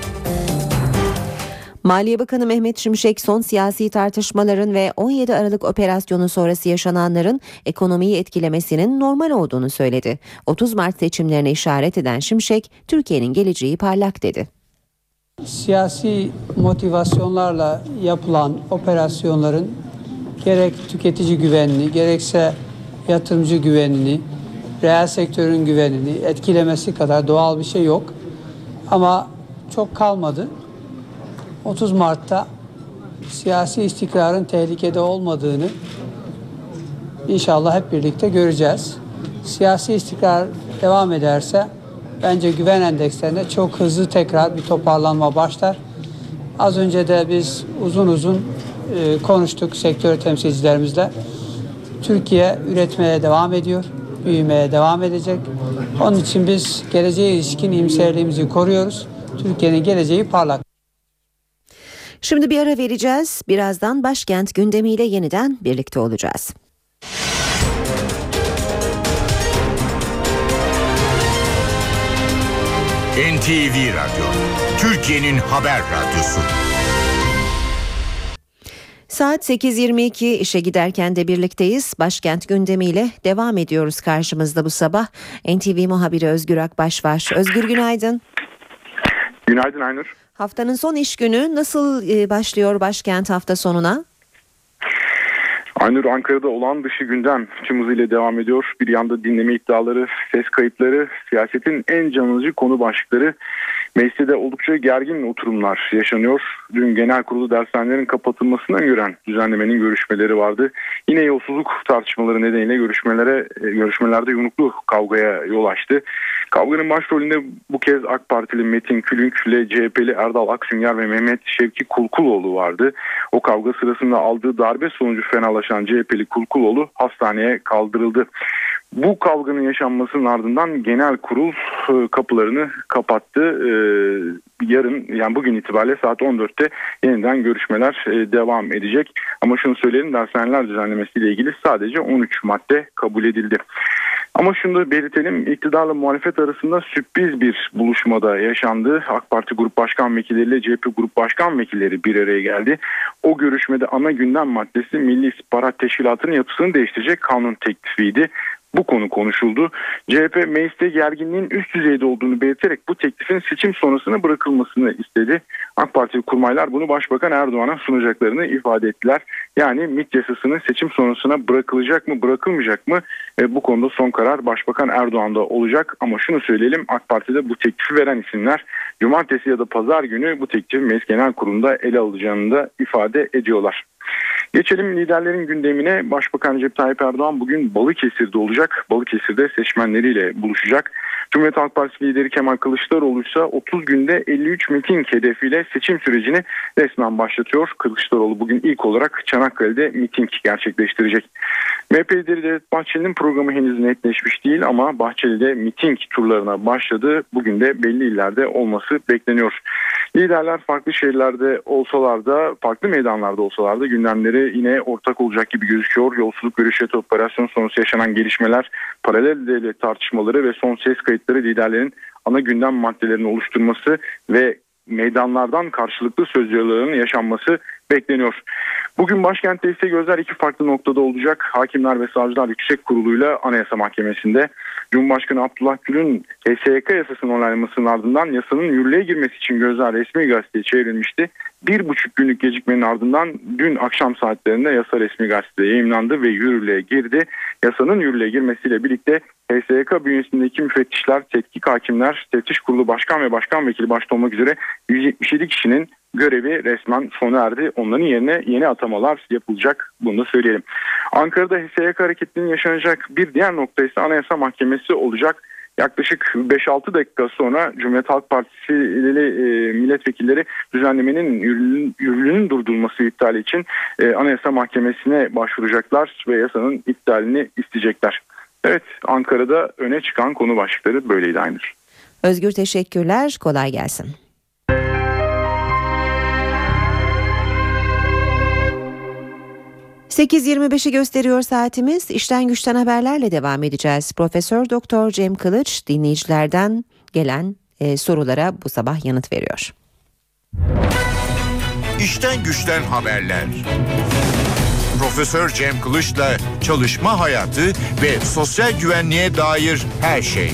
Maliye Bakanı Mehmet Şimşek son siyasi tartışmaların ve on yedi Aralık operasyonu sonrası yaşananların ekonomiyi etkilemesinin normal olduğunu söyledi. otuz Mart seçimlerine işaret eden Şimşek, Türkiye'nin geleceği parlak dedi. Siyasi motivasyonlarla yapılan operasyonların gerek tüketici güvenini, gerekse yatırımcı güvenini, reel sektörün güvenini etkilemesi kadar doğal bir şey yok. Ama çok kalmadı. otuz Mart'ta siyasi istikrarın tehlikede olmadığını inşallah hep birlikte göreceğiz. Siyasi istikrar devam ederse bence güven endekslerinde çok hızlı tekrar bir toparlanma başlar. Az önce de biz uzun uzun e, konuştuk sektör temsilcilerimizle. Türkiye üretmeye devam ediyor, büyümeye devam edecek. Onun için biz geleceğe ilişkin iyimserliğimizi koruyoruz. Türkiye'nin geleceği parlak. Şimdi bir ara vereceğiz. Birazdan başkent gündemiyle yeniden birlikte olacağız. N T V Radyo, Türkiye'nin haber radyosu. Saat sekiz yirmi iki, işe giderken de birlikteyiz. Başkent gündemiyle devam ediyoruz karşımızda bu sabah. N T V muhabiri Özgür Akbaş var. Özgür, günaydın. Günaydın Aynur. Haftanın son iş günü nasıl başlıyor başkent hafta sonuna? Aynur, Ankara'da olağan dışı gündem tüm hızıyla devam ediyor. Bir yanda dinleme iddiaları, ses kayıtları, siyasetin en can alıcı konu başlıkları. Mecliste de oldukça gergin oturumlar yaşanıyor. Dün genel kurulu dershanelerin kapatılmasını öngören düzenlemenin görüşmeleri vardı. Yine yolsuzluk tartışmaları nedeniyle görüşmelere görüşmelerde yumruklu kavgaya yol açtı. Kavganın başrolünde bu kez AK Partili Metin Külünk ile C H P'li Erdal Aksünger ve Mehmet Şevki Kulkuloğlu vardı. O kavga sırasında aldığı darbe sonucu fenalaşan C H P'li Kulkuloğlu hastaneye kaldırıldı. Bu kavganın yaşanmasının ardından genel kurul kapılarını kapattı. Yarın, yani bugün itibariyle saat on dörtte yeniden görüşmeler devam edecek. Ama şunu söyleyelim, dershaneler düzenlemesiyle ilgili sadece on üç madde kabul edildi. Ama şunu da belirtelim, iktidarla muhalefet arasında sürpriz bir buluşmada yaşandı. AK Parti Grup Başkan Vekilleriyle C H P Grup Başkan Vekilleri bir araya geldi. O görüşmede ana gündem maddesi Milli İstihbarat Teşkilatı'nın yapısını değiştirecek kanun teklifiydi. Bu konu konuşuldu. C H P mecliste gerginliğin üst düzeyde olduğunu belirterek bu teklifin seçim sonrasına bırakılmasını istedi. AK Parti kurmaylar bunu Başbakan Erdoğan'a sunacaklarını ifade ettiler. Yani MİT yasasının seçim sonrasına bırakılacak mı, bırakılmayacak mı? E, bu konuda son karar Başbakan Erdoğan'da olacak. Ama şunu söyleyelim, AK Parti'de bu teklifi veren isimler cumartesi ya da pazar günü bu teklifi Meclis Genel Kurulu'nda ele alacağını da ifade ediyorlar. Geçelim liderlerin gündemine. Başbakan Recep Tayyip Erdoğan bugün Balıkesir'de olacak. Balıkesir'de seçmenleriyle buluşacak. Cumhuriyet Halk Partisi lideri Kemal Kılıçdaroğlu ise otuz günde elli üç miting hedefiyle seçim sürecini resmen başlatıyor. Kılıçdaroğlu bugün ilk olarak Çanakkale'de miting gerçekleştirecek. M H P lideri Devlet Bahçeli'nin programı henüz netleşmiş değil ama Bahçeli'de miting turlarına başladı. Bugün de belli illerde olması bekleniyor. Liderler farklı şehirlerde olsalar da, farklı meydanlarda olsalar da gündemleri yine ortak olacak gibi gözüküyor. Yolsuzluk ve rüşvet operasyonu sonrası yaşanan gelişmeler, paralel devlet tartışmaları ve son ses kayıtları liderlerin ana gündem maddelerini oluşturması ve meydanlardan karşılıklı söz yazılarının yaşanması bekleniyor. Bugün başkentte ise gözler iki farklı noktada olacak. Hakimler ve Savcılar Yüksek Kurulu'yla Anayasa Mahkemesi'nde. Cumhurbaşkanı Abdullah Gül'ün H S Y K yasasının onaylamasının ardından yasanın yürürlüğe girmesi için gözler resmi gazeteye çevrilmişti. Bir buçuk günlük gecikmenin ardından dün akşam saatlerinde yasa resmi gazetede yayımlandı ve yürürlüğe girdi. Yasanın yürürlüğe girmesiyle birlikte H S Y K bünyesindeki müfettişler, tetkik hakimler, teftiş kurulu başkan ve başkan vekili başta olmak üzere yüz yetmiş yedi kişinin görevi resmen sona erdi. Onların yerine yeni atamalar yapılacak. Bunu da söyleyelim. Ankara'da H S Y K hareketinin yaşanacak bir diğer nokta ise Anayasa Mahkemesi olacak. Yaklaşık beş altı dakika sonra Cumhuriyet Halk Partisi e, milletvekilleri düzenlemenin yürürlüğünün, yürürlüğünün durdurulması iptali için e, Anayasa Mahkemesi'ne başvuracaklar ve yasanın iptalini isteyecekler. Evet, Ankara'da öne çıkan konu başlıkları böyleydi Aynur. Özgür teşekkürler, kolay gelsin. sekiz yirmi beşi gösteriyor saatimiz. İşten güçten haberlerle devam edeceğiz. Profesör Doktor Cem Kılıç dinleyicilerden gelen e, sorulara bu sabah yanıt veriyor. İşten güçten haberler. Profesör Cem Kılıç'la çalışma hayatı ve sosyal güvenliğe dair her şey.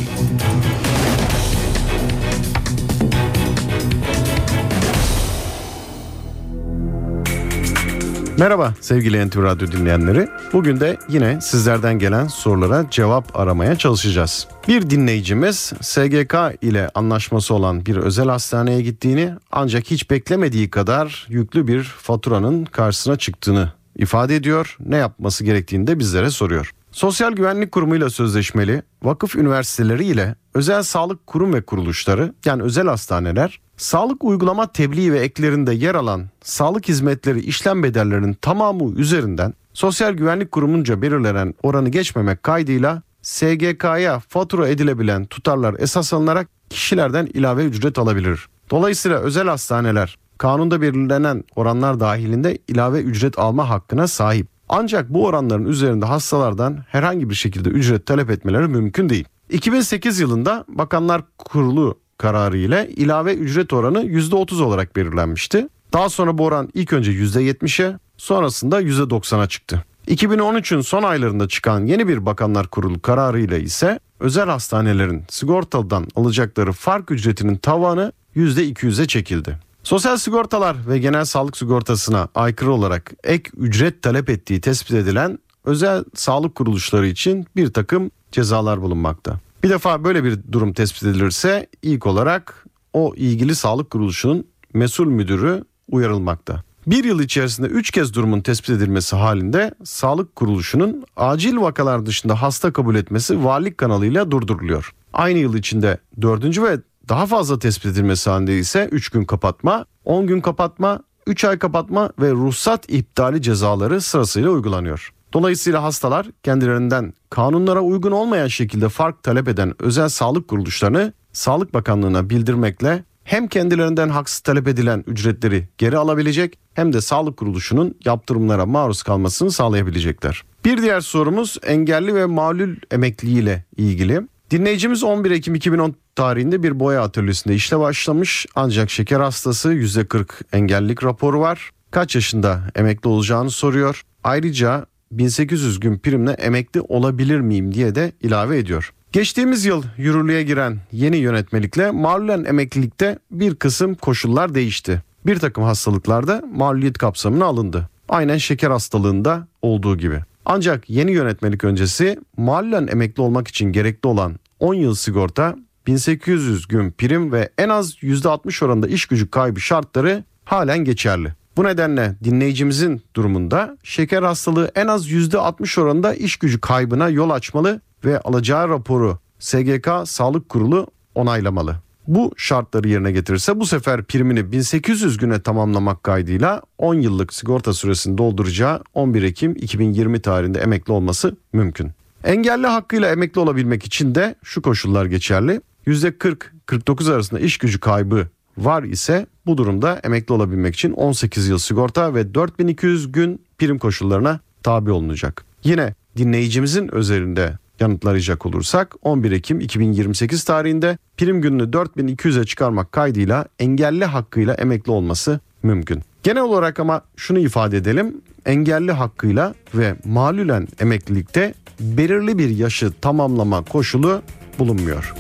Merhaba sevgili N T V Radyo dinleyenleri. Bugün de yine sizlerden gelen sorulara cevap aramaya çalışacağız. Bir dinleyicimiz S G K ile anlaşması olan bir özel hastaneye gittiğini ancak hiç beklemediği kadar yüklü bir faturanın karşısına çıktığını ifade ediyor. Ne yapması gerektiğini de bizlere soruyor. Sosyal Güvenlik Kurumu ile sözleşmeli vakıf üniversiteleri ile özel sağlık kurum ve kuruluşları yani özel hastaneler sağlık uygulama tebliği ve eklerinde yer alan sağlık hizmetleri işlem bedellerinin tamamı üzerinden Sosyal Güvenlik Kurumunca belirlenen oranı geçmemek kaydıyla S G K'ya fatura edilebilen tutarlar esas alınarak kişilerden ilave ücret alabilir. Dolayısıyla özel hastaneler kanunda belirlenen oranlar dahilinde ilave ücret alma hakkına sahip. Ancak bu oranların üzerinde hastalardan herhangi bir şekilde ücret talep etmeleri mümkün değil. iki bin sekiz yılında Bakanlar Kurulu kararı ile ilave ücret oranı yüzde otuz olarak belirlenmişti. Daha sonra bu oran ilk önce yüzde yetmişe sonrasında yüzde doksana çıktı. iki bin on üçün son aylarında çıkan yeni bir Bakanlar Kurulu kararı ile ise özel hastanelerin sigortadan alacakları fark ücretinin tavanı yüzde iki yüze çekildi. Sosyal sigortalar ve genel sağlık sigortasına aykırı olarak ek ücret talep ettiği tespit edilen özel sağlık kuruluşları için bir takım cezalar bulunmakta. Bir defa böyle bir durum tespit edilirse ilk olarak o ilgili sağlık kuruluşunun mesul müdürü uyarılmakta. Bir yıl içerisinde üç kez durumun tespit edilmesi halinde sağlık kuruluşunun acil vakalar dışında hasta kabul etmesi valilik kanalıyla durduruluyor. Aynı yıl içinde dördüncü ve daha fazla tespit edilmesi halinde ise üç gün kapatma, on gün kapatma, üç ay kapatma ve ruhsat iptali cezaları sırasıyla uygulanıyor. Dolayısıyla hastalar kendilerinden kanunlara uygun olmayan şekilde fark talep eden özel sağlık kuruluşlarını Sağlık Bakanlığı'na bildirmekle hem kendilerinden haksız talep edilen ücretleri geri alabilecek hem de sağlık kuruluşunun yaptırımlara maruz kalmasını sağlayabilecekler. Bir diğer sorumuz engelli ve malul emekliği ile ilgili. Dinleyicimiz on bir Ekim iki bin on tarihinde bir boya atölyesinde işle başlamış ancak şeker hastası yüzde kırk engellilik raporu var. Kaç yaşında emekli olacağını soruyor. Ayrıca bin sekiz yüz gün primle emekli olabilir miyim diye de ilave ediyor. Geçtiğimiz yıl yürürlüğe giren yeni yönetmelikle malulen emeklilikte bir kısım koşullar değişti. Bir takım hastalıklarda maluliyet kapsamına alındı. Aynen şeker hastalığında olduğu gibi. Ancak yeni yönetmelik öncesi malulen emekli olmak için gerekli olan on yıl sigorta, bin sekiz yüz gün prim ve en az yüzde altmış oranında iş gücü kaybı şartları halen geçerli. Bu nedenle dinleyicimizin durumunda şeker hastalığı en az yüzde altmış oranında iş gücü kaybına yol açmalı ve alacağı raporu S G K Sağlık Kurulu onaylamalı. Bu şartları yerine getirirse bu sefer primini bin sekiz yüz güne tamamlamak kaydıyla on yıllık sigorta süresini dolduracağı on bir Ekim iki bin yirmi tarihinde emekli olması mümkün. Engelli hakkıyla emekli olabilmek için de şu koşullar geçerli. yüzde kırk kırk dokuz arasında iş gücü kaybı var ise bu durumda emekli olabilmek için on sekiz yıl sigorta ve dört bin iki yüz gün prim koşullarına tabi olunacak. Yine dinleyicimizin özelinde yanıtlayacak olursak on bir Ekim iki bin yirmi sekiz tarihinde prim gününü dört bin iki yüze çıkarmak kaydıyla engelli hakkıyla emekli olması mümkün. Genel olarak ama şunu ifade edelim, engelli hakkıyla ve malulen emeklilikte belirli bir yaşı tamamlama koşulu bulunmuyor.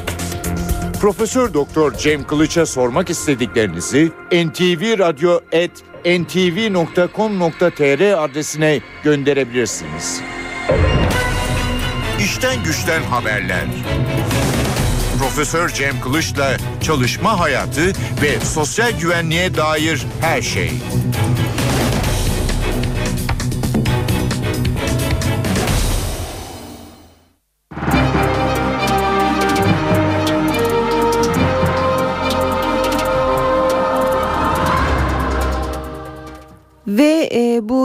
Profesör Doktor Cem Kılıç'a sormak istediklerinizi en ti vi radyo at en ti vi nokta com nokta tr adresine gönderebilirsiniz. İşten güçten haberler. Profesör Cem Kılıç'la çalışma hayatı ve sosyal güvenliğe dair her şey.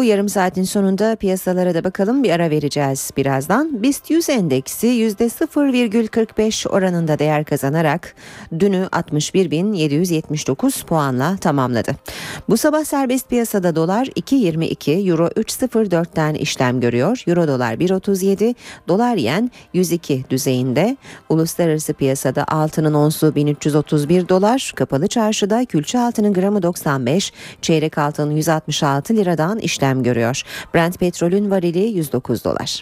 yarım saatin sonunda piyasalara da bakalım, bir ara vereceğiz birazdan. BIST yüz endeksi yüzde sıfır virgül kırk beş oranında değer kazanarak dünü altmış bir bin yedi yüz yetmiş dokuz puanla tamamladı. Bu sabah serbest piyasada dolar iki virgül yirmi iki, euro üç virgül sıfır dörtten işlem görüyor. Euro dolar bir virgül otuz yedi, dolar yen yüz iki düzeyinde. Uluslararası piyasada altının onsu bin üç yüz otuz bir dolar, kapalı çarşıda külçe altının gramı doksan beş, çeyrek altın yüz altmış altı liradan işlem görüyor. Brent petrolün varili yüz dokuz dolar.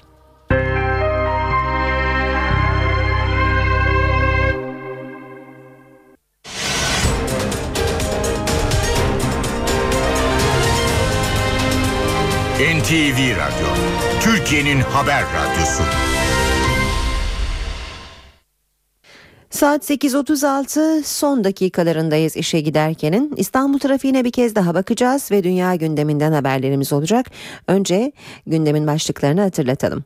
N T V Radyo, Türkiye'nin haber radyosu. Saat sekiz otuz altı, son dakikalarındayız işe giderkenin. İstanbul trafiğine bir kez daha bakacağız ve dünya gündeminden haberlerimiz olacak. Önce gündemin başlıklarını hatırlatalım.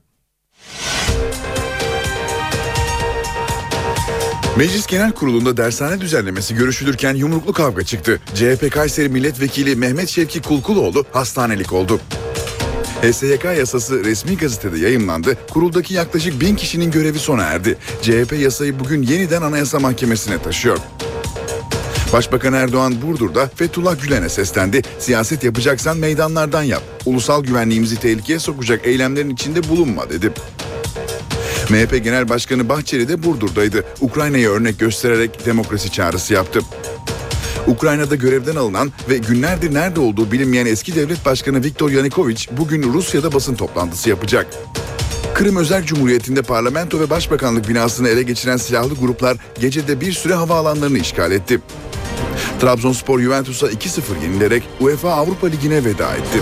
Meclis Genel Kurulu'nda dershane düzenlemesi görüşülürken yumruklu kavga çıktı. C H P Kayseri Milletvekili Mehmet Şevki Kulkuloğlu hastanelik oldu. H S Y K yasası resmi gazetede yayımlandı. Kuruldaki yaklaşık bin kişinin görevi sona erdi. C H P yasayı bugün yeniden Anayasa Mahkemesi'ne taşıyor. Başbakan Erdoğan Burdur'da Fethullah Gülen'e seslendi. Siyaset yapacaksan meydanlardan yap. Ulusal güvenliğimizi tehlikeye sokacak eylemlerin içinde bulunma dedi. M H P Genel Başkanı Bahçeli de Burdur'daydı. Ukrayna'ya örnek göstererek demokrasi çağrısı yaptı. Ukrayna'da görevden alınan ve günlerdir nerede olduğu bilinmeyen eski devlet başkanı Viktor Yanukovych bugün Rusya'da basın toplantısı yapacak. Kırım Özerk Cumhuriyeti'nde parlamento ve başbakanlık binasını ele geçiren silahlı gruplar gecede bir süre havaalanlarını işgal etti. Trabzonspor Juventus'a iki sıfır yenilerek UEFA Avrupa Ligi'ne veda etti.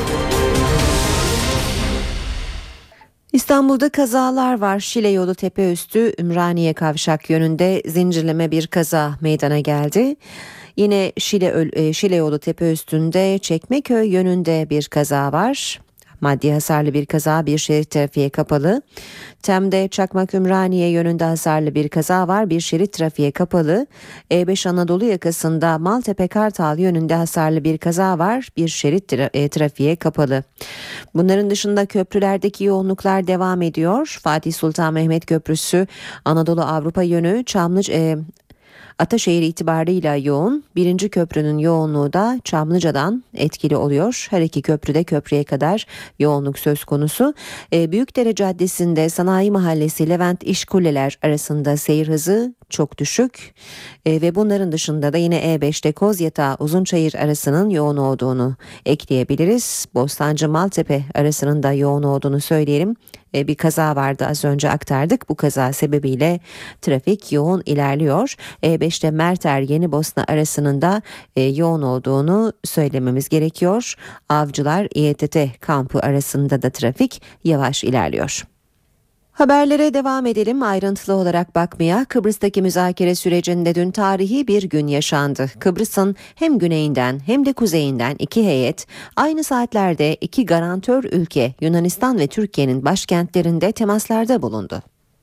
İstanbul'da kazalar var. Şile yolu Tepeüstü Ümraniye Kavşak yönünde zincirleme bir kaza meydana geldi. Yine Şile, Şile yolu Tepeüstü'nde Çekmeköy yönünde bir kaza var. Maddi hasarlı bir kaza, bir şerit trafiğe kapalı. Tem'de Çakmak Ümraniye yönünde hasarlı bir kaza var, bir şerit trafiğe kapalı. E beş Anadolu yakasında Maltepe Kartal yönünde hasarlı bir kaza var, bir şerit tra- trafiğe kapalı. Bunların dışında köprülerdeki yoğunluklar devam ediyor. Fatih Sultan Mehmet Köprüsü Anadolu Avrupa yönü Çamlıca e, Ataşehir itibarıyla yoğun. Birinci köprünün yoğunluğu da Çamlıca'dan etkili oluyor. Her iki köprüde köprüye kadar yoğunluk söz konusu. E, Büyükdere Caddesi'nde Sanayi Mahallesi Levent İşkuleler arasında seyir hızı çok düşük. E, ve bunların dışında da yine E beşte Kozyatağı Uzunçayır arasının yoğun olduğunu ekleyebiliriz. Bostancı Maltepe arasının da yoğun olduğunu söyleyelim. E, bir kaza vardı, az önce aktardık. Bu kaza sebebiyle trafik yoğun ilerliyor. E beşte Merter Yenibosna arasının da e, yoğun olduğunu söylememiz gerekiyor. Avcılar İ E T T kampı arasında da trafik yavaş ilerliyor. Haberlere devam edelim, ayrıntılı olarak bakmaya. Kıbrıs'taki müzakere sürecinde dün tarihi bir gün yaşandı. Kıbrıs'ın hem güneyinden hem de kuzeyinden iki heyet aynı saatlerde iki garantör ülke Yunanistan ve Türkiye'nin başkentlerinde temaslarda bulundu.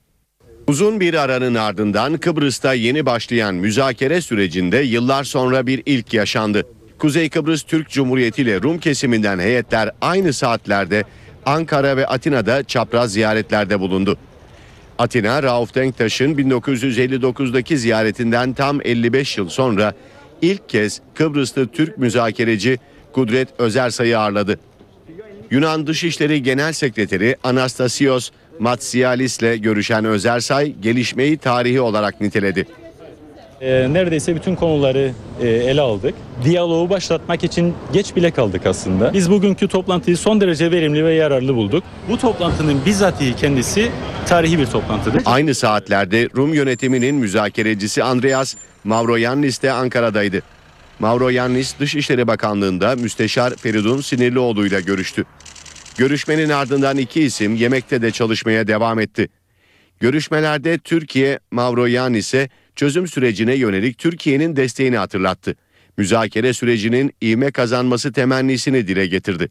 Uzun bir aranın ardından Kıbrıs'ta yeni başlayan müzakere sürecinde yıllar sonra bir ilk yaşandı. Kuzey Kıbrıs Türk Cumhuriyeti ile Rum kesiminden heyetler aynı saatlerde Ankara ve Atina'da çapraz ziyaretlerde bulundu. Atina, Rauf Denktaş'ın bin dokuz yüz elli dokuzdaki ziyaretinden tam elli beş yıl sonra ilk kez Kıbrıslı Türk müzakereci Kudret Özersay'ı ağırladı. Yunan Dışişleri Genel Sekreteri Anastasios Matsialis ile görüşen Özersay gelişmeyi tarihi olarak niteledi. Neredeyse bütün konuları ele aldık. Diyaloğu başlatmak için geç bile kaldık aslında. Biz bugünkü toplantıyı son derece verimli ve yararlı bulduk. Bu toplantının bizzatihi kendisi tarihi bir toplantıdır. Aynı saatlerde Rum yönetiminin müzakerecisi Andreas Mavroyannis de Ankara'daydı. Mavroyannis Dışişleri Bakanlığı'nda Müsteşar Feridun Sinirlioğlu ile görüştü. Görüşmenin ardından iki isim yemekte de çalışmaya devam etti. Görüşmelerde Türkiye Mavroyannis'e çözüm sürecine yönelik Türkiye'nin desteğini hatırlattı. Müzakere sürecinin ivme kazanması temennisini dile getirdi.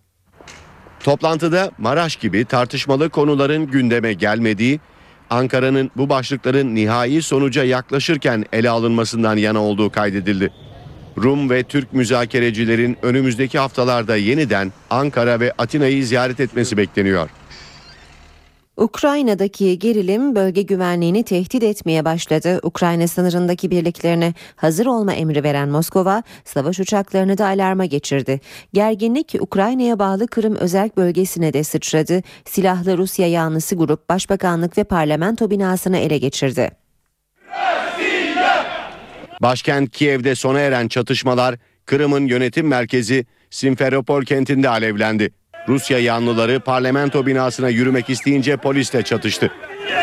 Toplantıda Maraş gibi tartışmalı konuların gündeme gelmediği, Ankara'nın bu başlıkların nihai sonuca yaklaşırken ele alınmasından yana olduğu kaydedildi. Rum ve Türk müzakerecilerin önümüzdeki haftalarda yeniden Ankara ve Atina'yı ziyaret etmesi bekleniyor. Ukrayna'daki gerilim bölge güvenliğini tehdit etmeye başladı. Ukrayna sınırındaki birliklerine hazır olma emri veren Moskova, savaş uçaklarını da alarma geçirdi. Gerginlik Ukrayna'ya bağlı Kırım özerk bölgesine de sıçradı. Silahlı Rusya yanlısı grup Başbakanlık ve Parlamento binasını ele geçirdi. Başkent Kiev'de sona eren çatışmalar Kırım'ın yönetim merkezi Simferopol kentinde alevlendi. Rusya yanlıları parlamento binasına yürümek isteyince polisle çatıştı.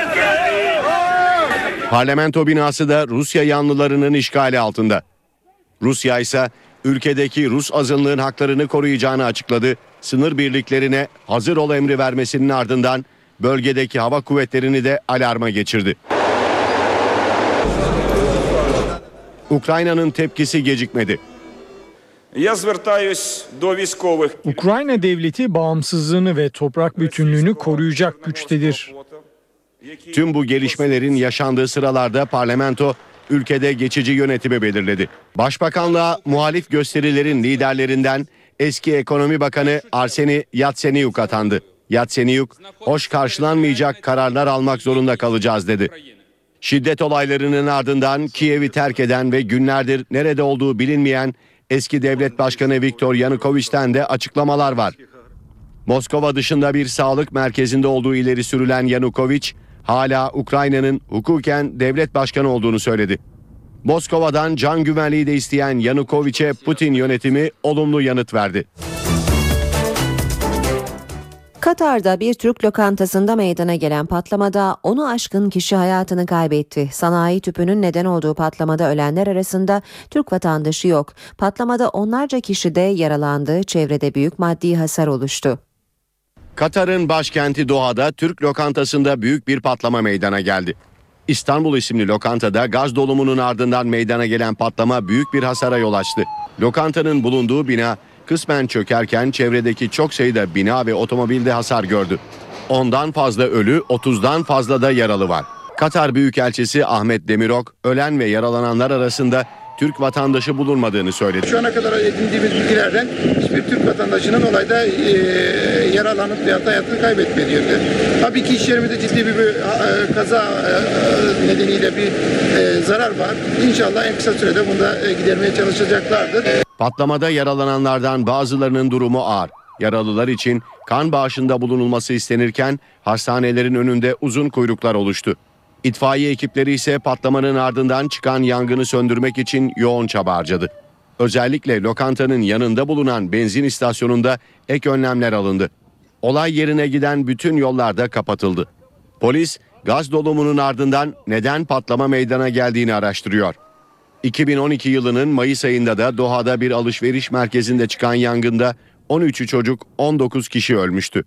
Parlamento binası da Rusya yanlılarının işgali altında. Rusya ise ülkedeki Rus azınlığın haklarını koruyacağını açıkladı. Sınır birliklerine hazır ol emri vermesinin ardından bölgedeki hava kuvvetlerini de alarma geçirdi. Ukrayna'nın tepkisi gecikmedi. Ukrayna devleti bağımsızlığını ve toprak bütünlüğünü koruyacak güçtedir. Tüm bu gelişmelerin yaşandığı sıralarda parlamento ülkede geçici yönetimi belirledi. Başbakanlığa muhalif gösterilerin liderlerinden eski ekonomi bakanı Arseni Yatsenyuk atandı. Yatsenyuk, hoş karşılanmayacak kararlar almak zorunda kalacağız dedi. Şiddet olaylarının ardından Kiev'i terk eden ve günlerdir nerede olduğu bilinmeyen eski devlet başkanı Viktor Yanukovych'ten de açıklamalar var. Moskova dışında bir sağlık merkezinde olduğu ileri sürülen Yanukovych, hala Ukrayna'nın hukuken devlet başkanı olduğunu söyledi. Moskova'dan can güvenliği de isteyen Yanukovych'e Putin yönetimi olumlu yanıt verdi. Katar'da bir Türk lokantasında meydana gelen patlamada onu aşkın kişi hayatını kaybetti. Sanayi tüpünün neden olduğu patlamada ölenler arasında Türk vatandaşı yok. Patlamada onlarca kişi de yaralandı. Çevrede büyük maddi hasar oluştu. Katar'ın başkenti Doha'da Türk lokantasında büyük bir patlama meydana geldi. İstanbul isimli lokantada gaz dolumunun ardından meydana gelen patlama büyük bir hasara yol açtı. Lokantanın bulunduğu bina kısmen çökerken çevredeki çok sayıda bina ve otomobilde hasar gördü. Ondan fazla ölü, otuzdan fazla da yaralı var. Katar Büyükelçisi Ahmet Demirok, ölen ve yaralananlar arasında Türk vatandaşı bulunmadığını söyledi. Şu ana kadar edindiğimiz bilgilerden hiçbir Türk vatandaşının olayda e, yaralanıp veya hayatını kaybetmediğini. Tabii ki iş yerimizde ciddi bir, bir e, kaza e, nedeniyle bir e, zarar var. İnşallah en kısa sürede bunu da e, gidermeye çalışacaklardır. Patlamada yaralananlardan bazılarının durumu ağır. Yaralılar için kan bağışında bulunulması istenirken hastanelerin önünde uzun kuyruklar oluştu. İtfaiye ekipleri ise patlamanın ardından çıkan yangını söndürmek için yoğun çaba harcadı. Özellikle lokantanın yanında bulunan benzin istasyonunda ek önlemler alındı. Olay yerine giden bütün yollar da kapatıldı. Polis gaz dolumunun ardından neden patlama meydana geldiğini araştırıyor. iki bin on iki yılının Mayıs ayında da Doha'da bir alışveriş merkezinde çıkan yangında on üçü çocuk, on dokuz kişi ölmüştü.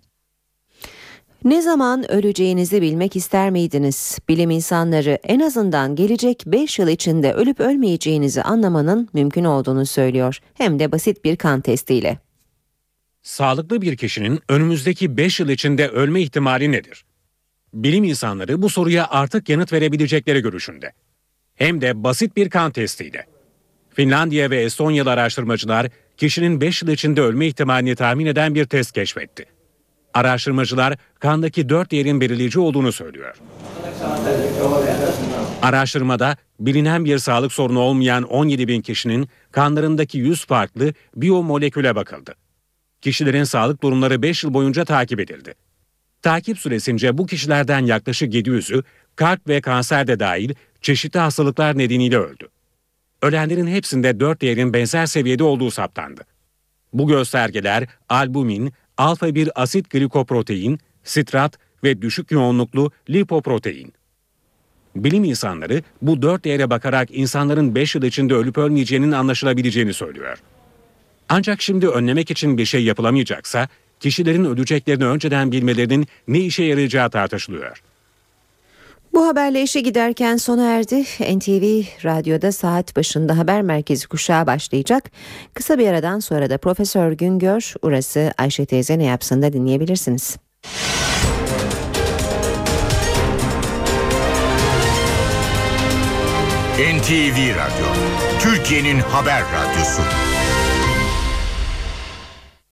Ne zaman öleceğinizi bilmek ister miydiniz? Bilim insanları en azından gelecek beş yıl içinde ölüp ölmeyeceğinizi anlamanın mümkün olduğunu söylüyor. Hem de basit bir kan testiyle. Sağlıklı bir kişinin önümüzdeki beş yıl içinde ölme ihtimali nedir? Bilim insanları bu soruya artık yanıt verebilecekleri görüşünde. Hem de basit bir kan testiyle. Finlandiya ve Estonyalı araştırmacılar kişinin beş yıl içinde ölme ihtimalini tahmin eden bir test keşfetti. Araştırmacılar kandaki dört değerin belirleyici olduğunu söylüyor. Araştırmada bilinen bir sağlık sorunu olmayan on yedi bin kişinin kanlarındaki yüz farklı biyomoleküle bakıldı. Kişilerin sağlık durumları beş yıl boyunca takip edildi. Takip süresince bu kişilerden yaklaşık yedi yüzü kalp ve kanser de dahil çeşitli hastalıklar nedeniyle öldü. Ölenlerin hepsinde dört değerin benzer seviyede olduğu saptandı. Bu göstergeler albumin, alfa bir asit glikoprotein, sitrat ve düşük yoğunluklu lipoprotein. Bilim insanları bu dört değere bakarak insanların beş yıl içinde ölüp ölmeyeceğinin anlaşılabileceğini söylüyor. Ancak şimdi önlemek için bir şey yapılamayacaksa kişilerin öleceklerini önceden bilmelerinin ne işe yarayacağı tartışılıyor. Bu haberle işe giderken sona erdi. N T V Radyo'da saat başında haber merkezi kuşağı başlayacak. Kısa bir aradan sonra da Profesör Güngör, Urası Ayşe teyze ne yapsın da dinleyebilirsiniz. N T V Radyo, Türkiye'nin haber radyosu.